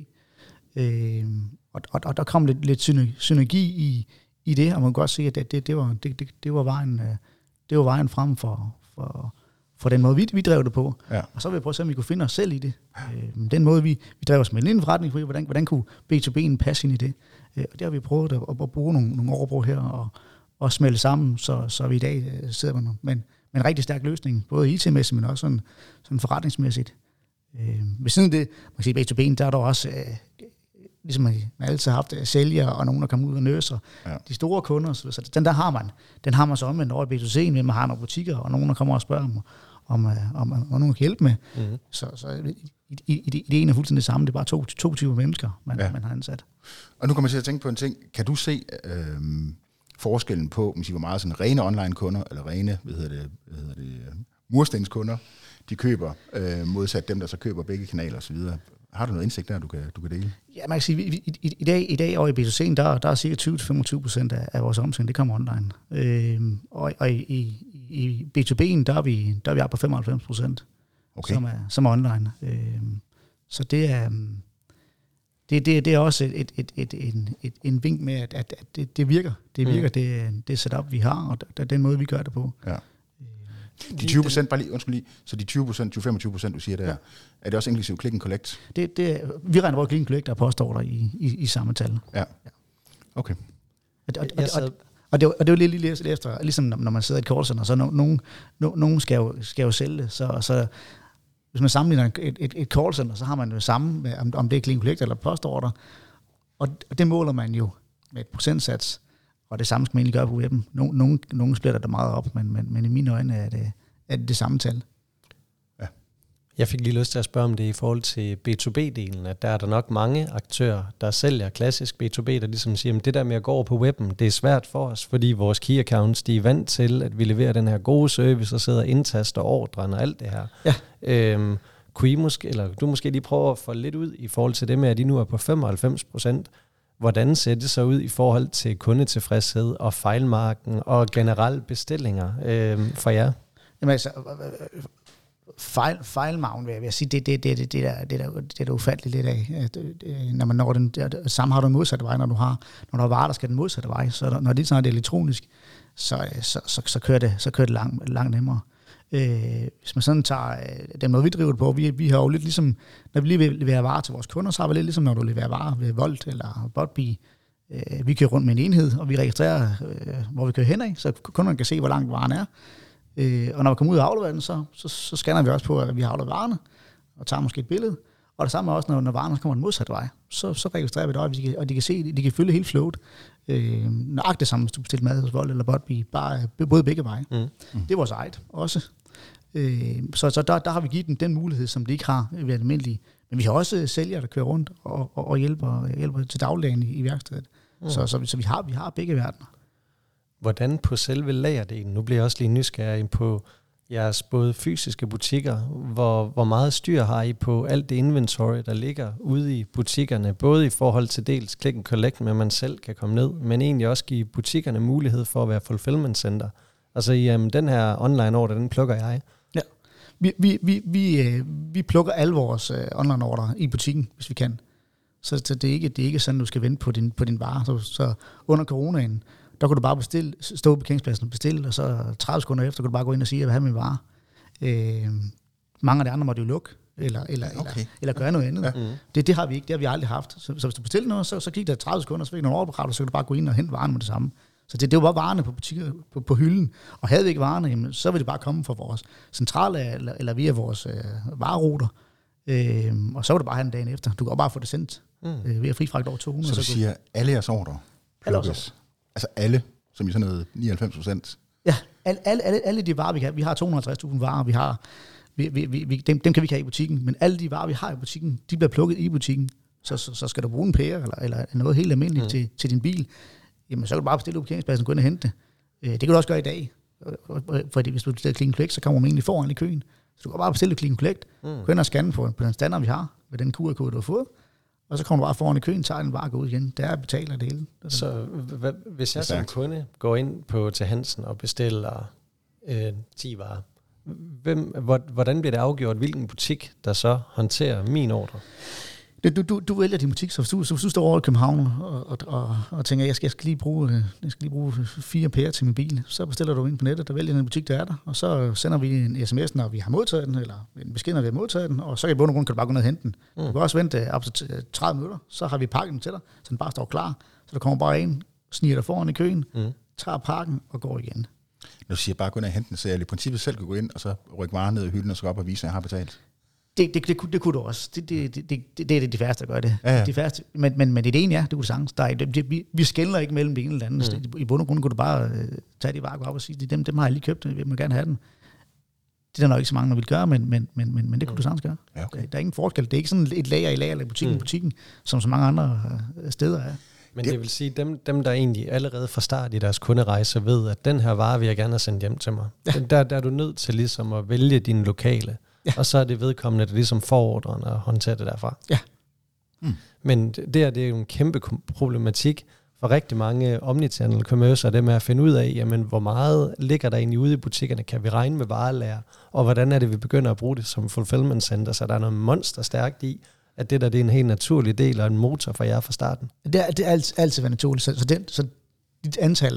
Og der kom lidt synergi i det, og man kan godt se, at det var vejen. Det var vejen frem for den måde, vi drev det på. Ja. Og så vil jeg prøve at se, om vi kunne finde os selv i det. Den måde, vi drev os med en forretning, hvordan kunne B2B'en passe ind i det? Og det har vi prøvet at bruge nogle år her og smelte sammen, så vi i dag sidder med en rigtig stærk løsning, både IT-mæssigt, men også sådan forretningsmæssigt. Ved siden af det, man kan sige, B2B'en, der er der også... ligesom man altid har haft sælgere og nogen, der kommer ud og nøser. Ja. De store kunder, så den der har man så omvendt over i B2C'en, men man har nogle butikker, og nogen, der kommer og spørger om nogen kan hjælpe med. Mm-hmm. Så i det ene er fuldstændig det samme. Det er bare to typer mennesker, man har ansat. Og nu kommer jeg til at tænke på en ting. Kan du se forskellen på, hvor meget sådan rene online-kunder, eller rene, murstenskunder, de køber, modsat dem, der så køber begge kanaler osv.? Har du noget indsigt der, du kan dele? Ja, man kan sige, i dag over i B2C'en, der er cirka 20-25% af vores omsætning, det kommer online. Og i B2B'en, der er vi oppe på 95%, som er online. Så det er også en vink med, at det virker. Det virker, det setup, vi har, og det er den måde, vi gør det på. Ja. De 20%, bare lige, undskyld lige, så de 20-25%, du siger der, er det også inklusive click and collect? Vi regner vores click and collect og postordre i samme tal. Ja. Okay. Og det er jo lidt efter, ligesom når man sidder i et callcenter, så nogen skal jo sælge det, så hvis man sammenligner et callcenter, så har man jo samme, om det er click and collect eller postordre, og det måler man jo med et procentsats. Og det samme skal man egentlig gøre på webben. Nogle splitter det meget op, men i mine øjne er det samme tal. Ja. Jeg fik lige lyst til at spørge om det i forhold til B2B-delen, at der er der nok mange aktører, der sælger klassisk B2B, der ligesom siger, at det der med at gå over på webben, det er svært for os, fordi vores key accounts, de er vant til, at vi leverer den her gode service og sidder og indtaster ordren og alt det her. Ja. Kunne I måske, eller du måske lige prøve at få lidt ud i forhold til det med, at de nu er på 95%. Hvordan ser det så ud i forhold til kundetilfredshed og fejlmarken og generelle bestillinger for jer? Jamen altså, fejlmagen, vil jeg sige, det er da ufatteligt lidt af. Når man når den, samme har du den modsatte vej, når du har varer, der skal den modsatte vej. Så når det er elektronisk, så kører det langt nemmere. Hvis man sådan tager den måde, vi driver det på, vi har jo lidt ligesom, når vi lige vil levere varer til vores kunder, så har vi lidt ligesom, når du leverer varer ved Volt eller Botby. Vi kører rundt med en enhed, og vi registrerer, hvor vi kører hen af, så kunderne kan se, hvor langt varen er. Og når vi kommer ud og afleverer den, så scanner vi også på, at vi har afleveret varerne, og tager måske et billede. Og det samme er også, når varerne kommer den modsatte vej, så registrerer vi det, og de kan se, de kan følge hele flowet. Nøjagtigt det samme, hvis du bestiller mad hos Volt eller Botby, både begge veje. Det er vores eget også. Så der har vi givet dem den mulighed, som de ikke har ved almindelige. Men vi har også sælgere, der kører rundt og hjælper til dagligdagen i værkstedet. Så vi har begge verdener. Hvordan på selve lagerdelen? Nu bliver jeg også lige nysgerrig på jeres både fysiske butikker. Hvor meget styr har I på alt det inventory, der ligger ude i butikkerne? Både i forhold til dels click and collect, med man selv kan komme ned, men egentlig også give butikkerne mulighed for at være fulfillment center. Altså den her online order, den plukker jeg. Ja, vi plukker alle vores online order i butikken, hvis vi kan. Så det er ikke sådan, du skal vente på din vare. Så under coronaen, der kunne du bare stå på parkeringspladsen og bestille, og så 30 sekunder efter kunne du bare gå ind og sige, at jeg vil have min vare. Mange af de andre måtte jo lukke, eller gøre noget andet. Ja. Det har vi ikke, det har vi aldrig haft. Så hvis du bestiller noget, så gik der 30 sekunder, så fik du nogle overbekræfter, så kan du bare gå ind og hente varen med det samme. Så det var bare varerne på butikker, på hylden. Og havde vi ikke varerne, jamen, så ville det bare komme fra vores centrale, eller via vores vareruter. Og så var det bare have den dagen efter. Du kan bare få det sendt via frifragt over 200. Så du siger, alle jeres ordre plukkes? Altså alle, som i sådan noget 99%? Ja, alle de varer, vi kan. Vi har 250.000 varer, vi har. Dem kan vi ikke have i butikken, men alle de varer, vi har i butikken, de bliver plukket i butikken. Så skal du bruge en pære, eller noget helt almindeligt til din bil, jamen så kan du bare bestille på parkeringspladsen og gå ind og hente det. Det kan du også gøre i dag. Fordi hvis du bestiller Click and Collect, så kommer man egentlig foran i køen. Så du kan bare bestille Click and Collect, gå ind og scanne på den standard, vi har, med den QR-kode, du har fået, og så kommer du bare foran i køen, tager den vare og går ud igen. Der betaler det hele. Så hvis jeg som kunde går ind til Hansen og bestiller 10 varer, hvordan bliver det afgjort, hvilken butik, der så håndterer min ordre? Du vælger din butik, så hvis du står over i København og tænker, jeg skal lige bruge 4 pærer til min bil, så bestiller du ind på nettet, der vælger den butik, der er der, og så sender vi en sms, når vi har modtaget den, eller en besked, når vi har modtaget den, og så kan du bare gå ned og hente den. Du kan også vente op til 30 minutter, så har vi pakket den til dig, så den bare står klar, så der kommer bare en, sniger dig foran i køen, tager pakken og går igen. Når du siger bare gå ind og hente den, så jeg i princippet selv kan gå ind, og så rykke varer ned i hylden, og så gå op og vise, at jeg har betalt. Det kunne du også. Det er de færreste, der gør det. Ja. De færreste, men det er det ene, ja, det kunne sagtens. Vi skælder ikke mellem det ene eller andet. I bund og grund kunne du bare tage de varer, gå op og sige, dem har jeg lige købt, jeg må gerne have den. Det er der nok ikke så mange, der vil gøre, men det kunne du sagtens gøre. Ja, okay. Der er ingen forskel. Det er ikke sådan et lager i lager, eller butikken, som så mange andre steder er. Men det vil sige, dem der egentlig allerede fra start i deres kunderejse ved, at den her vare vil jeg gerne have sendt hjem til mig. Ja. Der er du nødt til ligesom at vælge din lokale. Ja. Og så er det vedkommende, der ligesom får ordren og håndterer det derfra. Ja. Men det er jo en kæmpe problematik for rigtig mange omnichannel commerce, og det med at finde ud af, jamen, hvor meget ligger der egentlig ude i butikkerne, kan vi regne med varelager, og hvordan er det, vi begynder at bruge det som fulfillment center, så der er noget monster stærkt i, at det er en helt naturlig del og en motor for jer fra starten. Det er altid været naturligt. Så dit antal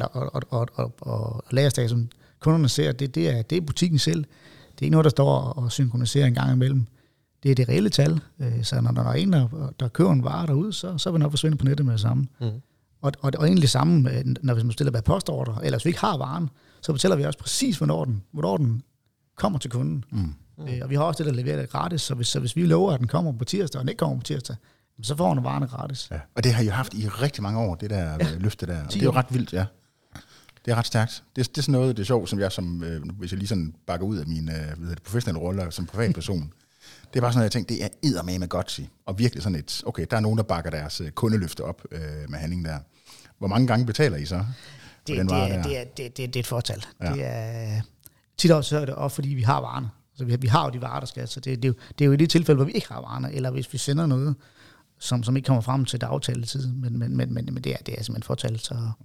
og lagerstage, som kunderne ser, det er butikken selv. Det er ikke noget, der står og synkroniserer en gang imellem. Det er det reelle tal. Så når der er en, der køber en vare derude, så vil nok forsvinde på nettet med det samme. Og egentlig det samme, når vi bestiller på postordre, eller hvis vi ikke har varen, så fortæller vi også præcis, hvornår den kommer til kunden. Og vi har også det, der leverer det gratis, så hvis vi lover, at den kommer på tirsdag, og den ikke kommer på tirsdag, så får den varerne gratis. Ja. Og det har I jo haft i rigtig mange år, det der løfte der. Og det er jo ret vildt, ja. Det er ret stærkt. Det er sådan noget, det er sjovt, som jeg, hvis jeg lige sådan bakker ud af min professionelle roller som privatperson, det er bare sådan noget, jeg tænkte, det er eddermame godt sige. Og virkelig sådan et, okay, der er nogen, der bakker deres kundeløfte op med handling der. Hvor mange gange betaler I så? Det er et fortal. Ja. Det er tit også det op, fordi vi har varerne. Altså, vi har jo de varer, der skal. Så det er jo i det tilfælde, hvor vi ikke har varerne, eller hvis vi sender noget, som ikke kommer frem til det aftalte tid. Men det er simpelthen fortal,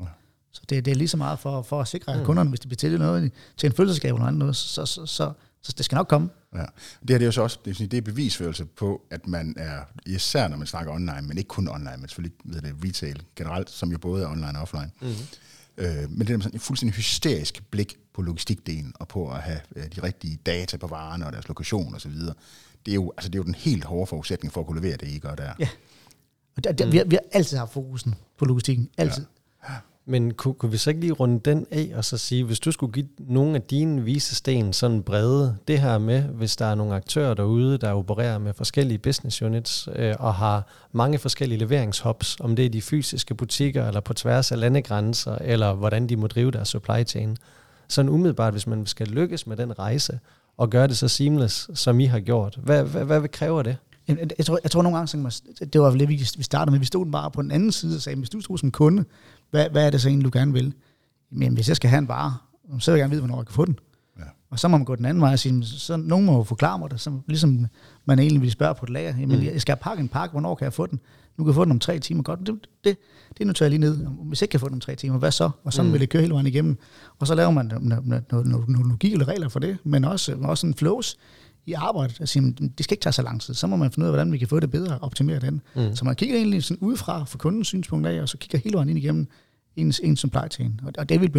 Så det er lige så meget for at sikre, at kunderne, hvis de betaler noget til en fødselsgave eller noget, så det skal nok komme. Ja. Det her det er jo så også det er bevisførelse på, at man er, især når man snakker online, men ikke kun online, men selvfølgelig ved det retail generelt, som jo både er online og offline. Mm-hmm. Men det er sådan en fuldstændig hysterisk blik på logistikdelen, og på at have de rigtige data på varerne og deres lokation osv. Det er jo den helt hårde forudsætning for at kunne levere det, I gør der. Ja, og vi har altid haft fokusen på logistikken. Altid. Ja. Men kunne vi så ikke lige runde den af, og så sige, hvis du skulle give nogle af dine visesten sådan brede, det her med, hvis der er nogle aktører derude, der opererer med forskellige business units, og har mange forskellige leveringshubs, om det er de fysiske butikker, eller på tværs af landegrænser, eller hvordan de må drive deres supply chain. Sådan umiddelbart, hvis man skal lykkes med den rejse, og gøre det så seamless, som I har gjort, hvad vil kræve det? Jeg tror nogle gange, det var det, vi startede med, vi stod bare på den anden side og sagde, hvis du stod som kunde, hvad er det så egentlig, du gerne vil? Men hvis jeg skal have en vare, så vil jeg gerne vide, hvornår jeg kan få den. Ja. Og så må man gå den anden vej og sige, så nogen må jo forklare mig det, så ligesom man egentlig vil spørge på et lager, jamen jeg skal pakke en pakke, hvornår kan jeg få den? Nu kan jeg få den om 3 timer, godt, det nu tager jeg lige ned. Hvis jeg ikke kan få den om 3 timer, hvad så? Og sådan vil det køre hele vejen igennem. Og så laver man nogle logik eller regler for det, men også en flows i arbejdet, at sige, det skal ikke tage så lang tid. Så må man finde ud af, hvordan vi kan få det bedre og optimere den. Så man kigger egentlig sådan udefra for kundens synspunkt af, og så kigger hele vejen ind igennem ens supply chain. Og det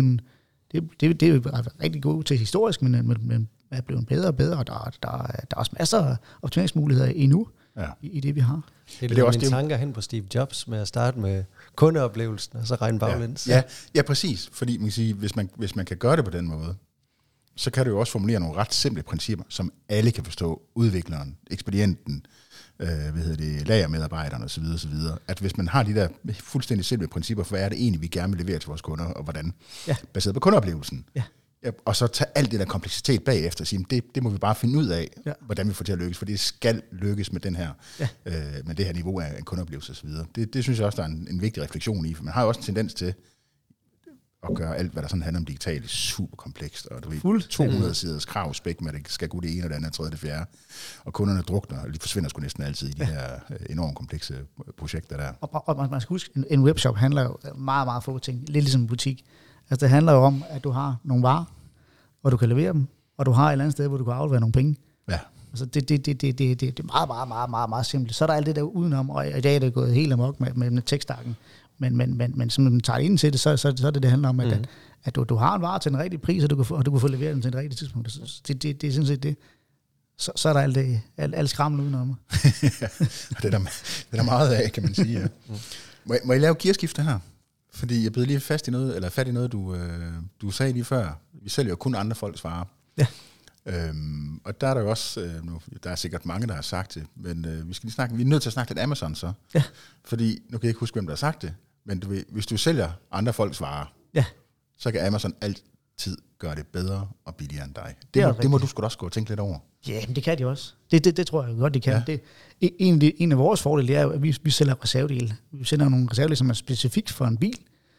er jo rigtig godt til historisk, men er blevet bedre og bedre, og der er også masser af optimeringsmuligheder endnu i det, vi har. Det er også mine tanker hen på Steve Jobs med at starte med kundeoplevelsen, og så regne baglæns. Ja, præcis. Fordi man kan sige, hvis man kan gøre det på den måde, så kan du jo også formulere nogle ret simple principper, som alle kan forstå. Udvikleren, ekspedienten, lagermedarbejderne osv. At hvis man har de der fuldstændig simple principper for, hvad er det egentlig, vi gerne vil levere til vores kunder, og hvordan, baseret på kundeoplevelsen. Ja. Og så tage alt det der kompleksitet bagefter og sige, det må vi bare finde ud af, hvordan vi får til at lykkes, for det skal lykkes med med det her niveau af en kundeoplevelse osv. Det synes jeg også, der er en vigtig refleksion i, for man har jo også en tendens til at gøre alt, hvad der sådan handler om digitalt, super komplekst, og du ved, 200 siders kravspæk med, at det skal gå det ene og det andet, og tredje, det fjerde, og kunderne drukner, og de forsvinder sgu næsten altid i de her enormt komplekse projekter der. Og man skal huske, en webshop handler jo meget, meget få ting, lidt ligesom en butik. Altså det handler jo om, at du har nogle varer, og du kan levere dem, og du har et eller andet sted, hvor du kan aflevere nogle penge. Ja. Altså det er meget, meget, meget, meget, meget simpelt. Så er der alt det der udenom, og i dag er det gået helt amok med tekstakken. Men som man tager ind til det, så er det handler om, at du har en vare til den rigtige pris, og du kan få leveret den til den rigtige tidspunkt. Det er sådan set det. Så er der alt skrammen udenom. Det er der meget af, kan man sige. Ja. Må jeg lave gearskifte her? Fordi jeg blev lige fat i noget, du sagde lige før. Vi sælger jo kun andre folks varer. Ja. Og der er der jo også, der er sikkert mange, der har sagt det, men vi er nødt til at snakke lidt Amazon så. Ja. Fordi, nu kan jeg ikke huske, hvem der har sagt det, men hvis du sælger andre folks varer, så kan Amazon altid gøre det bedre og billigere end dig. Det må du sgu da også gå og tænke lidt over. Ja, men det kan de også. Det tror jeg godt, de kan. Ja. En af vores fordele er jo, at vi sælger reservedele. Vi sælger nogle reservedele, som er specifikt for en bil.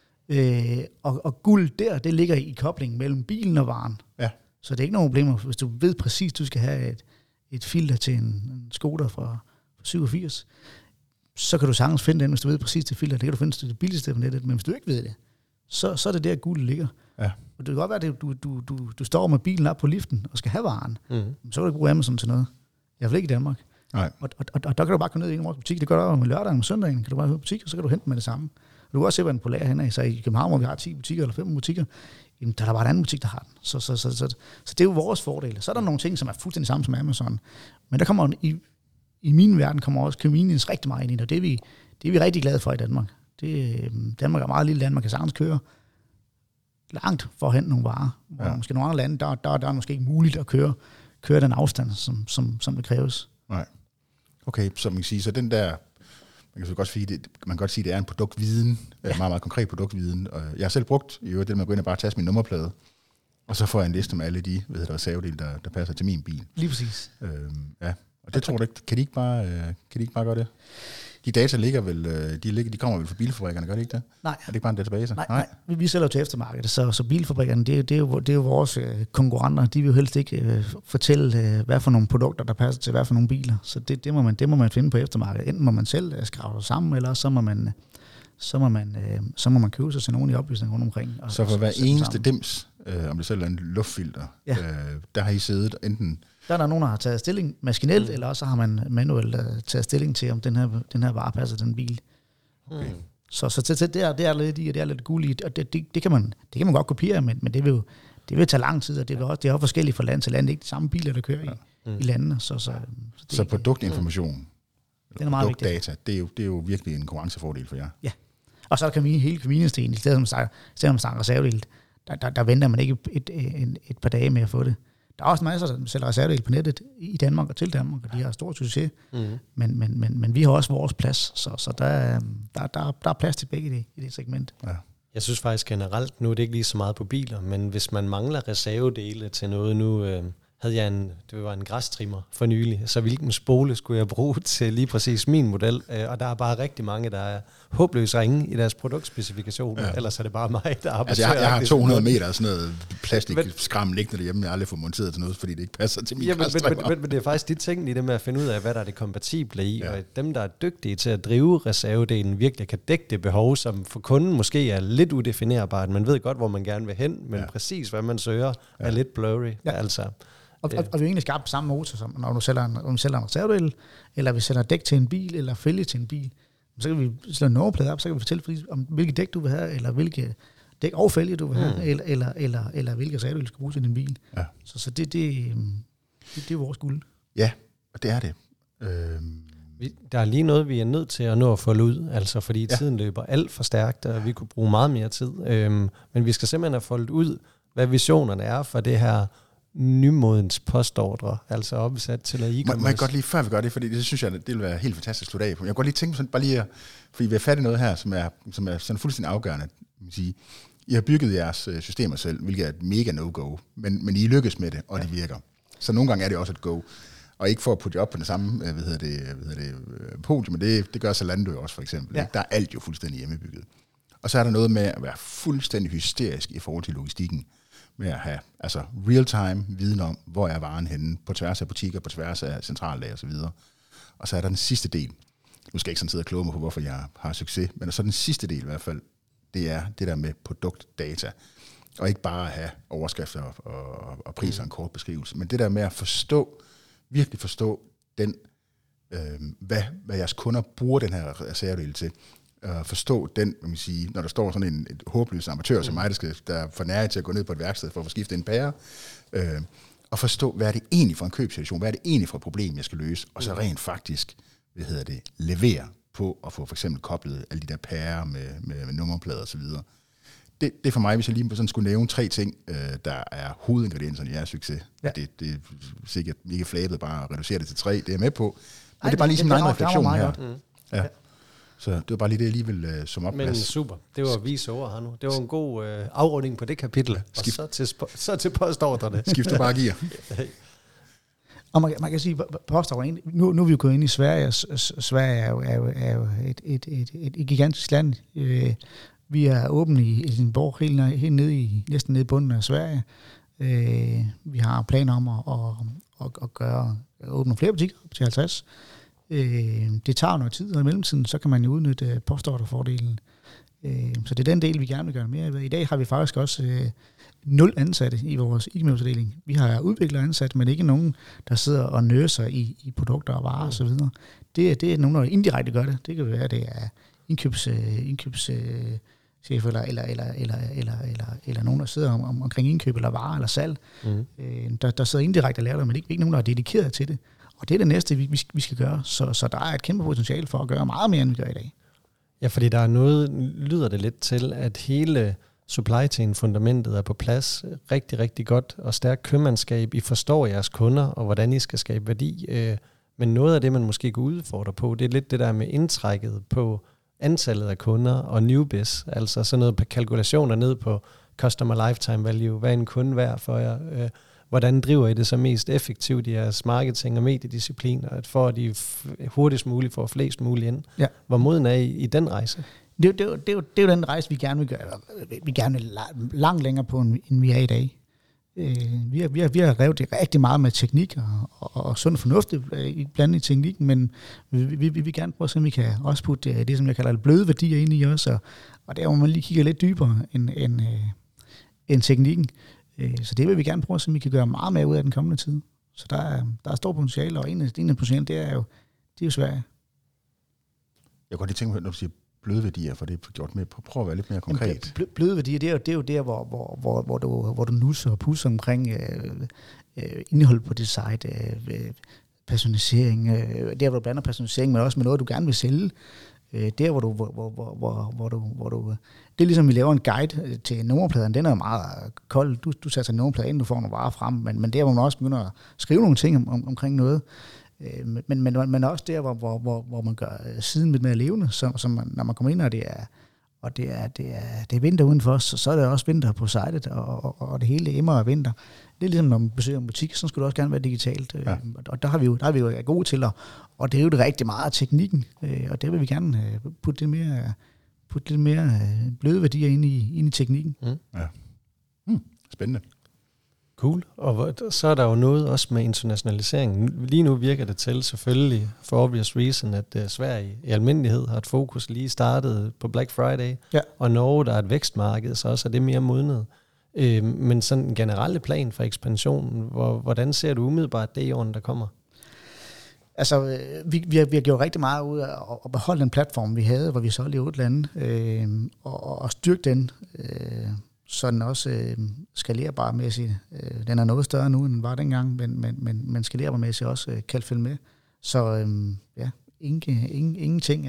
Og guld det ligger i koblingen mellem bilen og varen. Ja. Så det er ikke nogen problemer, hvis du ved præcis, du skal have et filter til en Skoda fra 87, så kan du sagtens finde den, hvis du ved præcis det filter. Det kan du finde det billigste på nettet, men hvis du ikke ved det, så er det der guld ligger. Ja. Og det kan godt være, at du står med bilen op på liften og skal have varen. Så kan du ikke bruge Amazon til noget. I hvert fald ikke i Danmark. Nej. Og der kan du bare gå ned i en vores butik. Det gør du med lørdagen og søndagen. Kan du bare gå i butik, og så kan du hente med det samme. Og du kan også se, hvad den på lager hen af. Så i København, hvor vi har 10 butikker eller 5 butikker, jamen, der er bare en anden butik, der har den. Så det er jo vores fordel. Så er der nogle ting, som er fuldstændig samme som Amazon. Men der kommer i min verden kommer også convenience rigtig meget ind i det, og det er vi rigtig glade for i Danmark. Danmark er meget lille land, man kan sagtens køre langt for at hente nogle varer. Ja. Måske nogle andre lande, der er måske ikke muligt at køre den afstand, som det kræves. Nej. Okay, så man kan sige, så den der, man kan godt sige, det er en produktviden, meget, meget konkret produktviden. Og jeg har selv brugt det med at gå ind og bare tage min nummerplade, og så får jeg en liste med alle de reservedele, der passer til min bil. Lige præcis. Ja, og det tror jeg ikke. Kan de ikke bare gøre det? De data ligger vel, de kommer vel fra bilfabrikkerne, gør de ikke det? Nej. Er det ikke bare en database? Nej. Vi sælger til eftermarkedet, så bilfabrikkerne, det er jo vores konkurrenter. De vil jo helst ikke fortælle, hvad for nogle produkter, der passer til hvad for nogle biler. Så det må man finde på eftermarkedet. Enten må man selv skrave det sammen, eller så så må man købe sig til nogle i oplysninger rundt omkring. Så for hver eneste dims, om det selv er en luftfilter, der har I siddet enten... Der er der nogen, der har taget stilling maskinelt, eller også har man manuelt taget stilling til, om den her vare passer til den bil. Okay. Så det er lidt i, og det er lidt guld i, og det kan man godt kopiere, men det vil tage lang tid, og det er også forskelligt fra land til land. Det er ikke de samme biler, der kører i landene. Så produktinformation, den er meget produktdata, det er jo virkelig en konkurrencefordel for jer. Ja, og så kan hele convenience-delen, i stedet for at snakke reservedel, der venter man ikke et par dage med at få det. Der er også masser, der sælger reservedel på nettet i Danmark og til Danmark, og de har stor succes. Men vi har også vores plads, så der er plads til begge i det segment. Ja. Jeg synes faktisk generelt, nu er det ikke lige så meget på biler, men hvis man mangler reservedele til noget, nu havde jeg det var en græstrimmer for nylig, så hvilken spole skulle jeg bruge til lige præcis min model? Og der er bare rigtig mange, der er håbløst ringe i deres produktspecifikationer, ellers er det bare mig, der arbejder. Altså jeg har 200 meter af sådan noget plastikskram liggende derhjemme, jeg har aldrig fået monteret til noget, fordi det ikke passer til min græstrimmer. Men det er faktisk de ting i det med at finde ud af, hvad der er det kompatible i, og dem, der er dygtige til at drive reservedelen, virkelig kan dække det behov, som for kunden måske er lidt udefinerbart. Man ved godt, hvor man gerne vil hen, men præcis hvad man søger, er lidt blurry. Ja. Altså. Og vi er egentlig skabt på samme motor, som når du sælger en reservedel, eller vi sælger dæk til en bil, eller fælge til en bil. Så kan vi slå en nummerplade op, så kan vi fortælle om hvilke dæk du vil have, eller hvilke dæk og fælge du vil have, eller hvilke reservedel du skal bruge til din bil. Ja. Så det er vores guld. Ja, og det er det. Der er lige noget, vi er nødt til at nå at folde ud, altså fordi tiden løber alt for stærkt, og vi kunne bruge meget mere tid. Men vi skal simpelthen have foldet ud, hvad visionerne er for det her nymodens postordre, altså opsat til at e-commerce. Må jeg godt lige, før vi gør det, fordi det synes jeg, det vil være helt fantastisk at slutte af på. Jeg kunne godt lige tænke sådan, bare lige, fordi vi har fat i noget her, som er sådan fuldstændig afgørende. Sige, I har bygget jeres systemer selv, hvilket er et mega no-go, men I lykkes med det, og det virker. Så nogle gange er det også et go. Og ikke for at putte det op på den samme podium, men det gør Zalando også for eksempel. Ja. Der er alt jo fuldstændig hjemmebygget. Og så er der noget med at være fuldstændig hysterisk i forhold til logistikken, med at have real-time viden om, hvor er varen henne, på tværs af butikker, på tværs af centrallager osv. Og så er der den sidste del. Nu skal jeg ikke sådan sidde og kloge mig på, hvorfor jeg har succes, men så den sidste del i hvert fald, det er det der med produktdata. Og ikke bare have overskrifter og priser og en kort beskrivelse, men det der med at virkelig forstå den, hvad jeres kunder bruger den her reservedel til. Forstå den, man sige, når der står sådan et håbløs amatør som mig, der er for nær til at gå ned på et værksted for at få skiftet en pære, og forstå, hvad er det egentlig for en købssituation, hvad er det egentlig for et problem, jeg skal løse, og så rent faktisk, levere på at få for eksempel koblet alle de der pærer med nummerplader og så videre. Det er for mig, hvis jeg lige sådan skulle nævne 3 ting, der er hovedingredienserne i jeres succes. Ja. Det er sikkert ikke flabet bare at reducere det til 3, det er jeg med på, men det er bare lige sådan en egen refleksion her. Ja. Så det var bare lige det, jeg lige ville summe op. Men super, det var vise ord her nu. Det var en god afrunding på det kapitel. Og så til postordrene. Skift bare gear. Og man kan sige, postordre, nu er vi jo gået ind i Sverige. Sverige er jo et gigantisk land. Vi er åbne i Helsingborg, helt næsten nede i bunden af Sverige. Vi har planer om at åbne flere butikker op til 50. Det tager noget tid, og i mellemtiden, så kan man jo udnytte postordrefordelen. Så det er den del, vi gerne vil gøre mere ved. I dag har vi faktisk også 0 ansatte i vores e-mailsafdeling. Vi har udviklere ansat, men ikke nogen, der sidder og nøser i produkter og varer osv. Det er nogen, der indirekte gør det. Det kan være, det er indkøbschef eller nogen, der sidder omkring indkøb eller varer eller salg. Der sidder indirekte og laver det, men ikke nogen, der er dedikeret til det. Og det er det næste, vi skal gøre. Så der er et kæmpe potentiale for at gøre meget mere, end vi gør i dag. Ja, fordi der er noget, lyder det lidt til, at hele supply chain fundamentet er på plads rigtig, rigtig godt og stærkt købmandskab. I forstår jeres kunder, og hvordan I skal skabe værdi. Men noget af det, man måske kan udfordre på, det er lidt det der med indtrækket på antallet af kunder og new biz. Altså sådan noget på kalkulationer ned på customer lifetime value. Hvad er en kunde værd for jer? Hvordan driver I det så mest effektivt i jeres marketing og mediediscipliner, for at de hurtigst muligt får flest muligt ind? Ja. Hvor moden er I den rejse? Det er jo den rejse, vi gerne vil gøre. Vi gerne vil langt længere på, end vi er i dag. Vi har revet det rigtig meget med teknik og sund fornuft blandt i teknikken, men vi vil gerne prøve at se, om vi kan også putte det, som jeg kalder bløde værdier ind i os, og der hvor man lige kigger lidt dybere end teknikken. Så det vil vi gerne prøve at se, om vi kan gøre meget mere ud af den kommende tid. Så der er stor potentiale, og en af potentiale, det er jo Sverige. Jeg kunne lige tænke mig, når du siger bløde værdier, for det er gjort med. Prøv at være lidt mere konkret. Bløde værdier, det er jo der, hvor du nusser og pusser omkring indhold på det site, personalisering, der hvor du blander personalisering, men også med noget, du gerne vil sælge. Der hvor du det er ligesom vi laver en guide til nummerpladen, den er meget kold. Du sætter nummerpladen ind, du får nogle varer frem, men der hvor man også begynder at skrive nogle ting omkring noget. Men også der hvor man gør siden lidt mere levende, så man, når man kommer ind og det er vinter udenfor, så er det også vinter på sitet, og det hele emmer af vinter. Det er ligesom, når man besøger en butik, så skulle det også gerne være digitalt. Ja. Og der har vi jo gode til at drive det rigtig meget af teknikken, og det vil vi gerne putte lidt mere bløde værdier ind i teknikken. Ja. Spændende. Cool. Og så er der jo noget også med internationalisering. Lige nu virker det til selvfølgelig, for obvious reason, at Sverige i almindelighed har et fokus lige startet på Black Friday, og Norge, der er et vækstmarked, så også er det mere modnet. Men sådan en generelle plan for ekspansionen, hvordan ser du umiddelbart det i årene, der kommer? Altså, vi har gjort rigtig meget ud af at beholde den platform, vi havde, hvor vi solgte i 8 lande, og styrke den, så den også skalerbarmæssigt. Den er noget større nu, end den var dengang, men skalerbarmæssigt også kan følge med. Så ingenting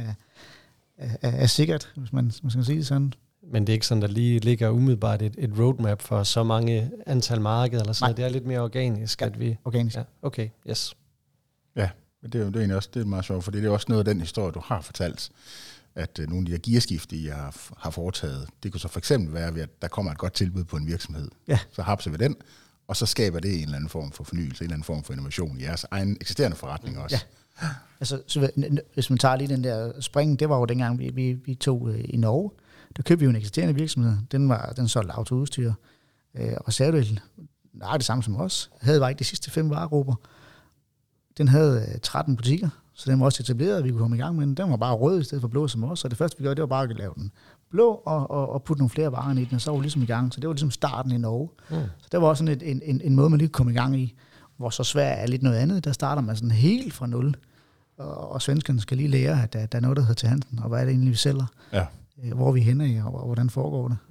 er sikkert, hvis man skal sige det sådan. Men det er ikke sådan, der lige ligger umiddelbart et roadmap for så mange antal markeder, eller sådan. Det er lidt mere organisk, at vi... Organisk. Ja, okay, yes. Ja, det er egentlig også det er meget sjovt, for det er også noget af den historie, du har fortalt, at nogle af de her gearskifte, I har foretaget, det kunne så for eksempel være, at der kommer et godt tilbud på en virksomhed. Ja. Så hapser vi den, og så skaber det en eller anden form for fornyelse, en eller anden form for innovation i jeres egen eksisterende forretning også. Ja. Altså, så hvis man tager lige den der spring, det var jo dengang, vi tog i Norge. Der købte vi jo en eksisterende virksomhed. Den solgte autoudstyr. Og Sadel, det samme som os, havde bare ikke de sidste 5 varegrupper. Den havde 13 butikker, så den var også etableret, og vi kunne komme i gang med den. Den var bare rød i stedet for blå som os, så det første vi gjorde, det var bare at lave den blå og putte nogle flere varer i den, og så var vi ligesom i gang. Så det var ligesom starten i Norge. Så det var også sådan en måde, man lige kunne komme i gang i, hvor så Sverige er lidt noget andet. Der starter man sådan helt fra 0, og svenskerne skal lige lære, at der er noget, der hedder til Hansen, og hvad er det egentlig, vi sælger. Ja. Hvor er vi henne i, og hvordan foregår det?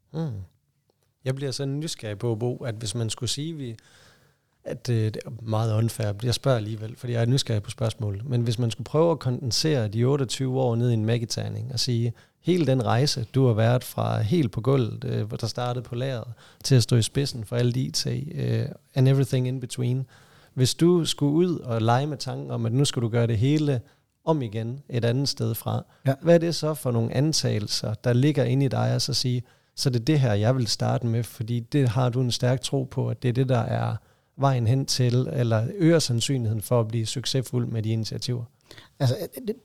Jeg bliver sådan nysgerrig på, Bo, at hvis man skulle sige, at det er meget unfair, jeg spørger alligevel, fordi jeg er nysgerrig på spørgsmålet, men hvis man skulle prøve at kondensere de 28 år ned i en magiterning og sige, hele den rejse, du har været fra helt på gulvet, hvor der startede på lageret, til at stå i spidsen for alt IT, and everything in between. Hvis du skulle ud og lege med tanken om, at nu skal du gøre det hele om igen et andet sted fra, hvad er det så for nogle antagelser, der ligger inde i dig, og så sige, så det er det her, jeg vil starte med, fordi det har du en stærk tro på, at det er det, der er vejen hen til, eller øger sandsynligheden for at blive succesfuld med de initiativer? Altså,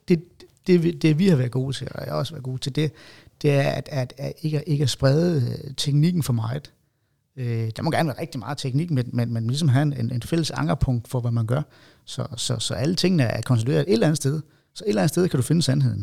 det vi har været gode til, og jeg har også været gode til, det er at ikke at sprede teknikken for meget. Der må gerne være rigtig meget teknik, men ligesom have en fælles ankerpunkt for, hvad man gør. Så alle tingene er konsolideret et eller andet sted. Så et eller andet sted kan du finde sandheden.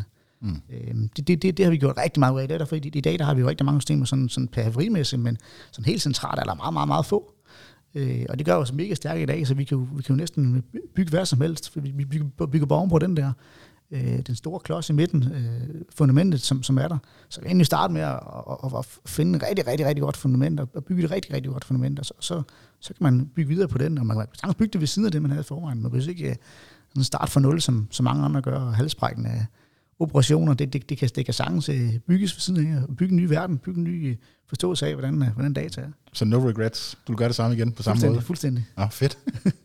Det har vi gjort rigtig meget ud af. Det er derfor, i dag der har vi jo rigtig mange systemer sådan periferimæssigt, men sådan helt centralt er der meget, meget, meget få. Og det gør os mega stærke i dag, så vi kan jo næsten bygge hvad som helst. Vi bygger borgen på den der, den store klods i midten, fundamentet, som er der. Så vi egentlig starte med at finde rigtig, rigtig, rigtig godt fundament, og bygge et rigtig, rigtig godt fundament, og så kan man bygge videre på den, og man kan sagtens bygge det ved siden af det, man havde i forvejen. Man vil ikke starte fra 0, som mange andre gør, og halsbrækkende operationer, det kan sagtens bygges ved siden af, og bygge en ny verden, bygge en ny forståelse af, hvordan data er. Så no regrets. Du vil gøre det samme igen på samme måde? Fuldstændig. Fedt.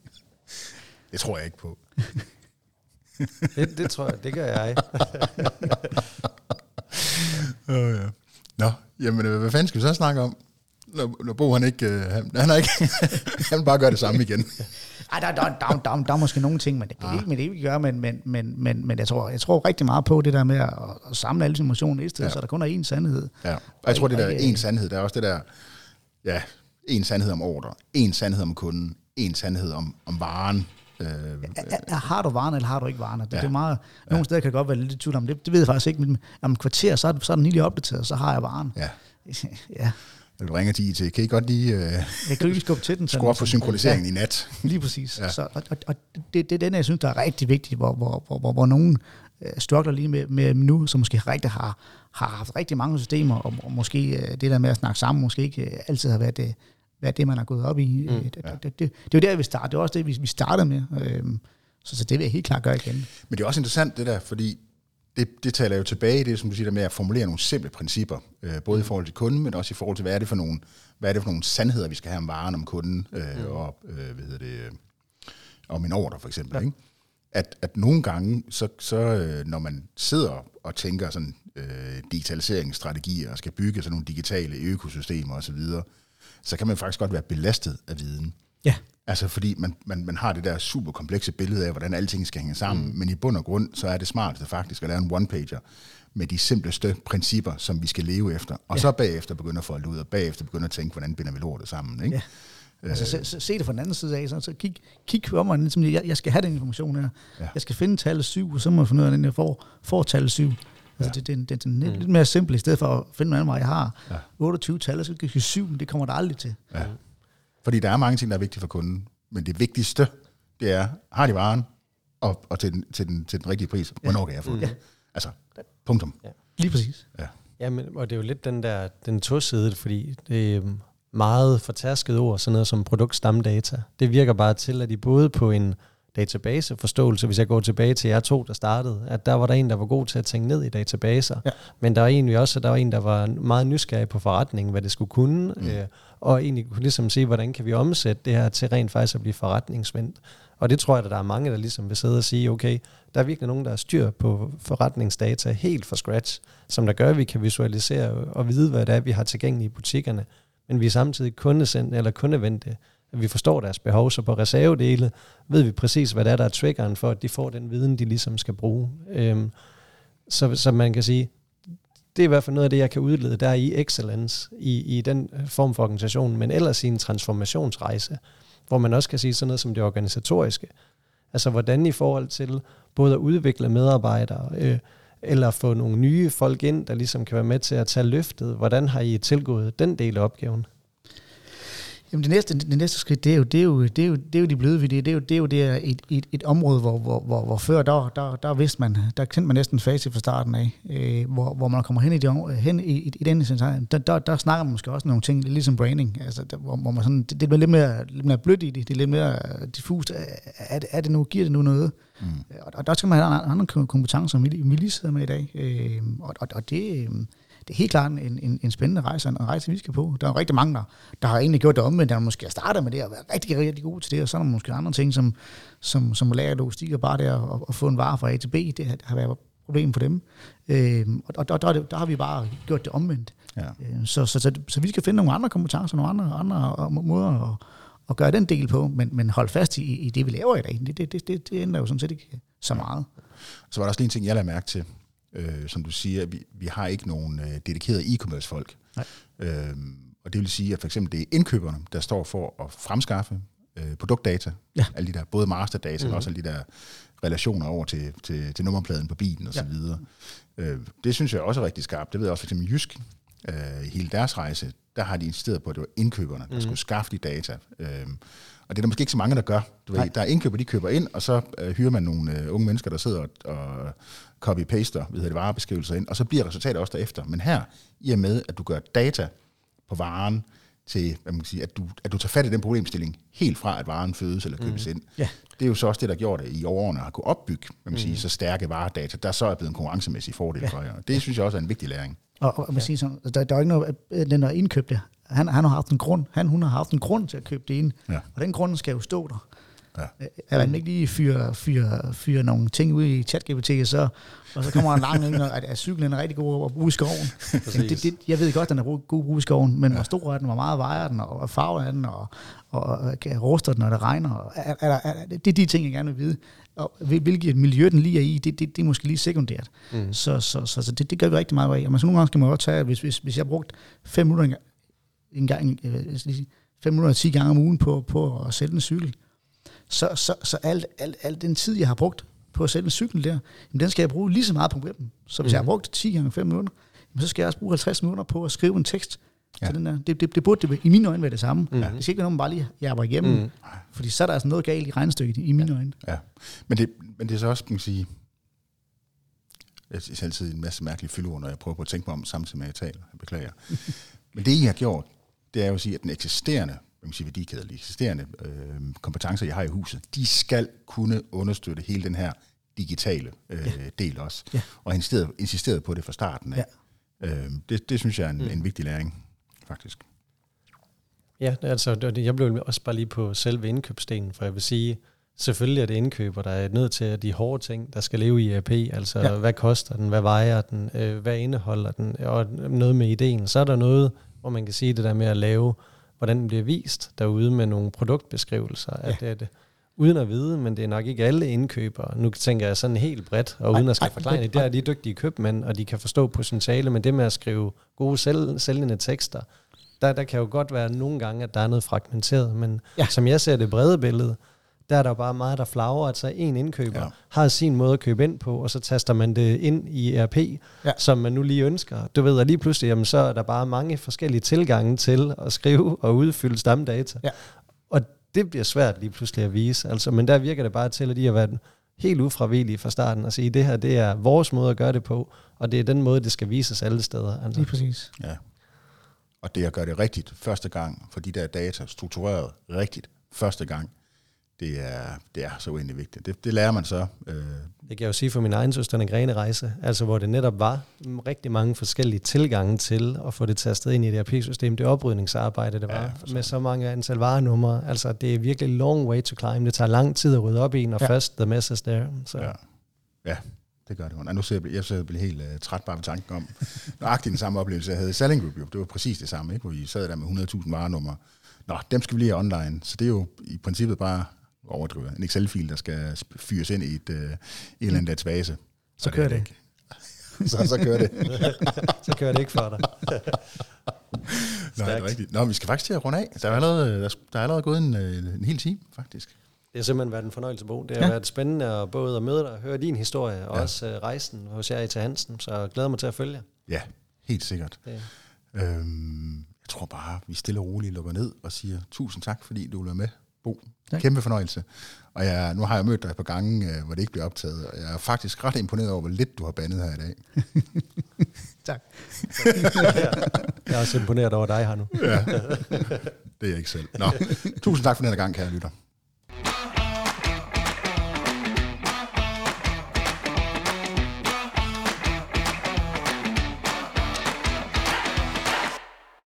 Det tror jeg ikke på. det tror jeg, det gør jeg. Ja. Nå, jamen hvad fanden skal vi så snakke om? Når Bo han ikke, han bare gør det samme igen. Ej, der er måske nogle ting, men det er ikke med det, vi gør, men jeg tror rigtig meget på det der med at samle alle informationer i stedet, så der kun er én sandhed. Ja, og jeg tror, det der én sandhed, der er også det der, En sandhed om ordre, en sandhed om kunden, en sandhed om varen. Har du varen, eller har du ikke varen? Det er meget, nogle steder kan det godt være lidt i tvivl om det. Det ved jeg faktisk ikke, men om et kvarter, så er den lige opdateret, så har jeg varen. Ja. Ja. Når du ringer til IT, kan I godt lige jeg kan lige skubbe til den. Skrue på synkroniseringen i nat. Lige præcis. Ja. Så, og det er den, jeg synes, der er rigtig vigtigt, hvor nogen struggler lige med nu, som måske har haft rigtig mange systemer, og måske det der med at snakke sammen, måske ikke altid har været det, man har gået op i. Det er jo der, vi starter. Det er også det, vi startede med. Så det vil jeg helt klart gøre igen. Men det er også interessant det der, fordi det taler jo tilbage i det, som du siger, der med at formulere nogle simple principper, både i forhold til kunden, men også i forhold til, hvad er det for nogle sandheder, vi skal have om varen, om kunden, og om en ordre for eksempel. Ja. Ikke? At nogle gange, så når man sidder og tænker sådan digitaliseringsstrategier og skal bygge sådan nogle digitale økosystemer osv., så kan man faktisk godt være belastet af viden. Ja. Altså fordi man har det der super komplekse billede af, hvordan alting skal hænge sammen, men i bund og grund, så er det smarteste faktisk at lave en one-pager med de simpleste principper, som vi skal leve efter, og så bagefter begynde at folde ud, og bagefter begynde at tænke, hvordan binder vi lortet sammen. Ikke? Ja. Altså se det fra den anden side af, så kig om mig, ligesom, jeg skal have den information her. Ja. Jeg skal finde tallet 7, og så må jeg finde ud af, at jeg får tallet 7. Altså det er lidt mere simpelt, i stedet for at finde noget andet, jeg har 28 tal, så skal jeg 7, det kommer der aldrig til. Ja. Fordi der er mange ting, der er vigtige for kunden, men det vigtigste, det er, har de varen, og til den rigtige pris, hvornår kan jeg få det? Altså, punktum. Ja. Lige præcis. Ja. Jamen, og det er jo lidt den toside, fordi det er meget fortærsket ord, sådan noget som produktstamdata. Det virker bare til, at I både på en databaseforståelse, hvis jeg går tilbage til jer to, der startede, at der var der en, der var god til at tænke ned i databaser, men der var egentlig også, der var en, der var meget nysgerrig på forretningen, hvad det skulle kunne, og egentlig kunne ligesom se, hvordan kan vi omsætte det her til rent faktisk at blive forretningsvendt. Og det tror jeg, at der er mange, der ligesom vil sidde og sige, okay, der er virkelig nogen, der er styr på forretningsdata helt fra scratch, som der gør, at vi kan visualisere og vide, hvad det er, vi har tilgængeligt i butikkerne, men vi er samtidig kundesendte eller kundevendte, at vi forstår deres behov, så på reservedele ved vi præcis, hvad der er triggeren for, at de får den viden, de ligesom skal bruge. Så man kan sige, det er i hvert fald noget af det, jeg kan udlede, der er i excellence, i den form for organisation, men ellers i en transformationsrejse, hvor man også kan sige sådan noget som det organisatoriske. Altså hvordan i forhold til både at udvikle medarbejdere, eller få nogle nye folk ind, der ligesom kan være med til at tage løftet. Hvordan har I tilgået den del af opgaven? Jamen det næste skridt, det er jo de bløde ved det er jo et område, hvor før der vidste man, der kendte man næsten facit fra starten af, hvor man kommer hen i den der snakker man måske også nogle ting, ligesom branding, altså hvor man sådan, det bliver lidt mere blødt i det er lidt mere diffust, er det nu, giver det nu noget? Og der skal man have andre kompetencer, som vi lige sidder med i dag, og det er helt klart en spændende rejse, en rejse, vi skal på. Der er jo rigtig mange, der har egentlig gjort det omvendt, der måske har startet med det og været rigtig, rigtig gode til det, og så er der måske andre ting, som lærer logistik og bare det at få en vare fra A til B, det har været et problem for dem. Og der har vi bare gjort det omvendt. Ja. Så vi skal finde nogle andre kompetencer, nogle andre måder at gøre den del på, men hold fast i det, vi laver i dag. Det ændrer jo sådan set ikke så meget. Så var der også lige en ting, jeg lader mærke til. Som du siger, vi har ikke nogen dedikerede e-commerce folk. Og det vil sige, at for eksempel det er indkøberne, der står for at fremskaffe produktdata. Ja. Alle de der, både masterdata, men også alle de der relationer over til nummerpladen på bilen og så videre. Det synes jeg også er rigtig skarpt. Det ved jeg også for eksempel Jysk. Hele deres rejse, der har de insisteret på, at det var indkøberne, der skulle skaffe de data. Og det er der måske ikke så mange, der gør. Du ved, der er indkøber, de køber ind, og så hyrer man nogle unge mennesker, der sidder og copy-paster varebeskrivelser ind, og så bliver resultatet også derefter. Men her, i og med, at du gør data på varen til, hvad man kan sige, at du tager fat i den problemstilling helt fra, at varen fødes eller købes ind. Ja. Det er jo så også det, der gjorde det i årene, at kunne opbygge, hvad man siger, så stærke varedata, der så er blevet en konkurrencemæssig fordel for jer. Det synes jeg også er en vigtig læring. Og man siger sådan, der er ikke noget, den der indkøbte, hun har haft en grund til at købe det ind, og den grund skal jo stå der. Ja. Eller man ikke lige fyre nogle ting ud i ChatGPT, og så kommer en lang ind, og at cyklen er rigtig god at bruge i skoven. Jeg ved godt, at den er god at bruge i skoven, men hvor stor er den, hvor meget vejer den, og farven af den, og ruster den, når det regner. Det er de ting, jeg gerne vil vide. Og hvilket miljø den lige er i, det er måske lige sekundært. Så det gør vi rigtig meget af. Og nogle gange skal man også tage, hvis jeg har brugt 5 minutter en gang, 510 gange om ugen på at sælge en cykel. Så al den tid, jeg har brugt på at sælge en cykel der, jamen, den skal jeg bruge lige så meget på webben. Så hvis jeg har brugt 10 gange 5 minutter, jamen, så skal jeg også bruge 50 minutter på at skrive en tekst. Så den der. Det burde det i mine øjne være det samme. Det skal ikke være nogen, bare lige jabber igennem. Fordi så er der altså noget galt i regnestykket i mine øjne. Ja. Men det er så også, kan man sige, jeg er altid en masse mærkelige fyldord, når jeg prøver på at tænke mig om samtidig med at tale. Jeg beklager. Men det, I har gjort, det er jo at sige, at den eksisterende, man kan sige værdikæde, de eksisterende kompetencer, jeg har i huset, de skal kunne understøtte hele den her digitale del også. Ja. Og insisteret på det fra starten af. Ja. Det synes jeg er en vigtig læring, faktisk. Ja, altså jeg blev også bare lige på selve indkøbsdelen, for jeg vil sige, selvfølgelig er det indkøber, der er nødt til de hårde ting, der skal leve i ERP, altså hvad koster den, hvad vejer den, hvad indeholder den, og noget med ideen. Så er der noget, hvor man kan sige det der med at lave, hvordan den bliver vist derude med nogle produktbeskrivelser, at uden at vide, men det er nok ikke alle indkøbere. Nu tænker jeg sådan helt bredt, og uden at skal forklare det, der er de dygtige købmænd, og de kan forstå potentiale, men det med at skrive gode sælgende tekster, der kan jo godt være nogle gange, at der er noget fragmenteret, men som jeg ser det brede billede, der er der bare meget, der flagrer, at så en indkøber har sin måde at købe ind på, og så taster man det ind i ERP, som man nu lige ønsker. Du ved, at lige pludselig, jamen, så er der bare mange forskellige tilgange til at skrive og udfylde stamdata. Ja. Og det bliver svært lige pludselig at vise. Altså, men der virker det bare til, at de har været helt ufravillige fra starten og sige, det her, det er vores måde at gøre det på, og det er den måde, det skal vises alle steder. Altså. Lige præcis. Ja. Og det at gøre det rigtigt første gang, for de der data struktureret rigtigt første gang, det er så uendelig vigtigt. Det lærer man så. Det kan jeg jo sige for min egen søsterne Grene-rejse, altså hvor det netop var rigtig mange forskellige tilgange til at få det tastet ind i et ERP-system. Det oprydningsarbejde, det var med så mange antal varenumre. Altså det er virkelig long way to climb. Det tager lang tid at rydde op i, når først the mess is there. Så. Ja, det gør det. Og nu ser jeg bliver helt træt bare ved tanken om, nøjagtigt den samme oplevelse, jeg havde i Selling Group. Det var præcis det samme, ikke? Hvor vi sad der med 100.000 varenumre. Nå, dem skal vi lige have online. Så det er jo i princippet bare overdriver. En Excel-fil, der skal fyres ind i en eller anden database. Så kører det ikke. så kører det. Så kører det ikke for dig. Nej, det er rigtigt. Nå, vi skal faktisk til at runde af. Der er allerede gået en hel time, faktisk. Det har simpelthen været en fornøjelse, Bo. Det har været spændende at både at møde dig og høre din historie, og også rejsen hos jer i til Hansen, så jeg glæder mig til at følge jer. Ja, helt sikkert. Ja. Jeg tror bare, vi stille og roligt lukker ned og siger tusind tak, fordi du var med, Bo. Kæmpe fornøjelse. Og nu har jeg mødt dig et par gange, hvor det ikke bliver optaget, og jeg er faktisk ret imponeret over, hvor lidt du har bandet her i dag. Tak. Jeg er også imponeret over dig her nu. Ja, det er jeg ikke selv. Nå, tusind tak for den her gang, kære lytter.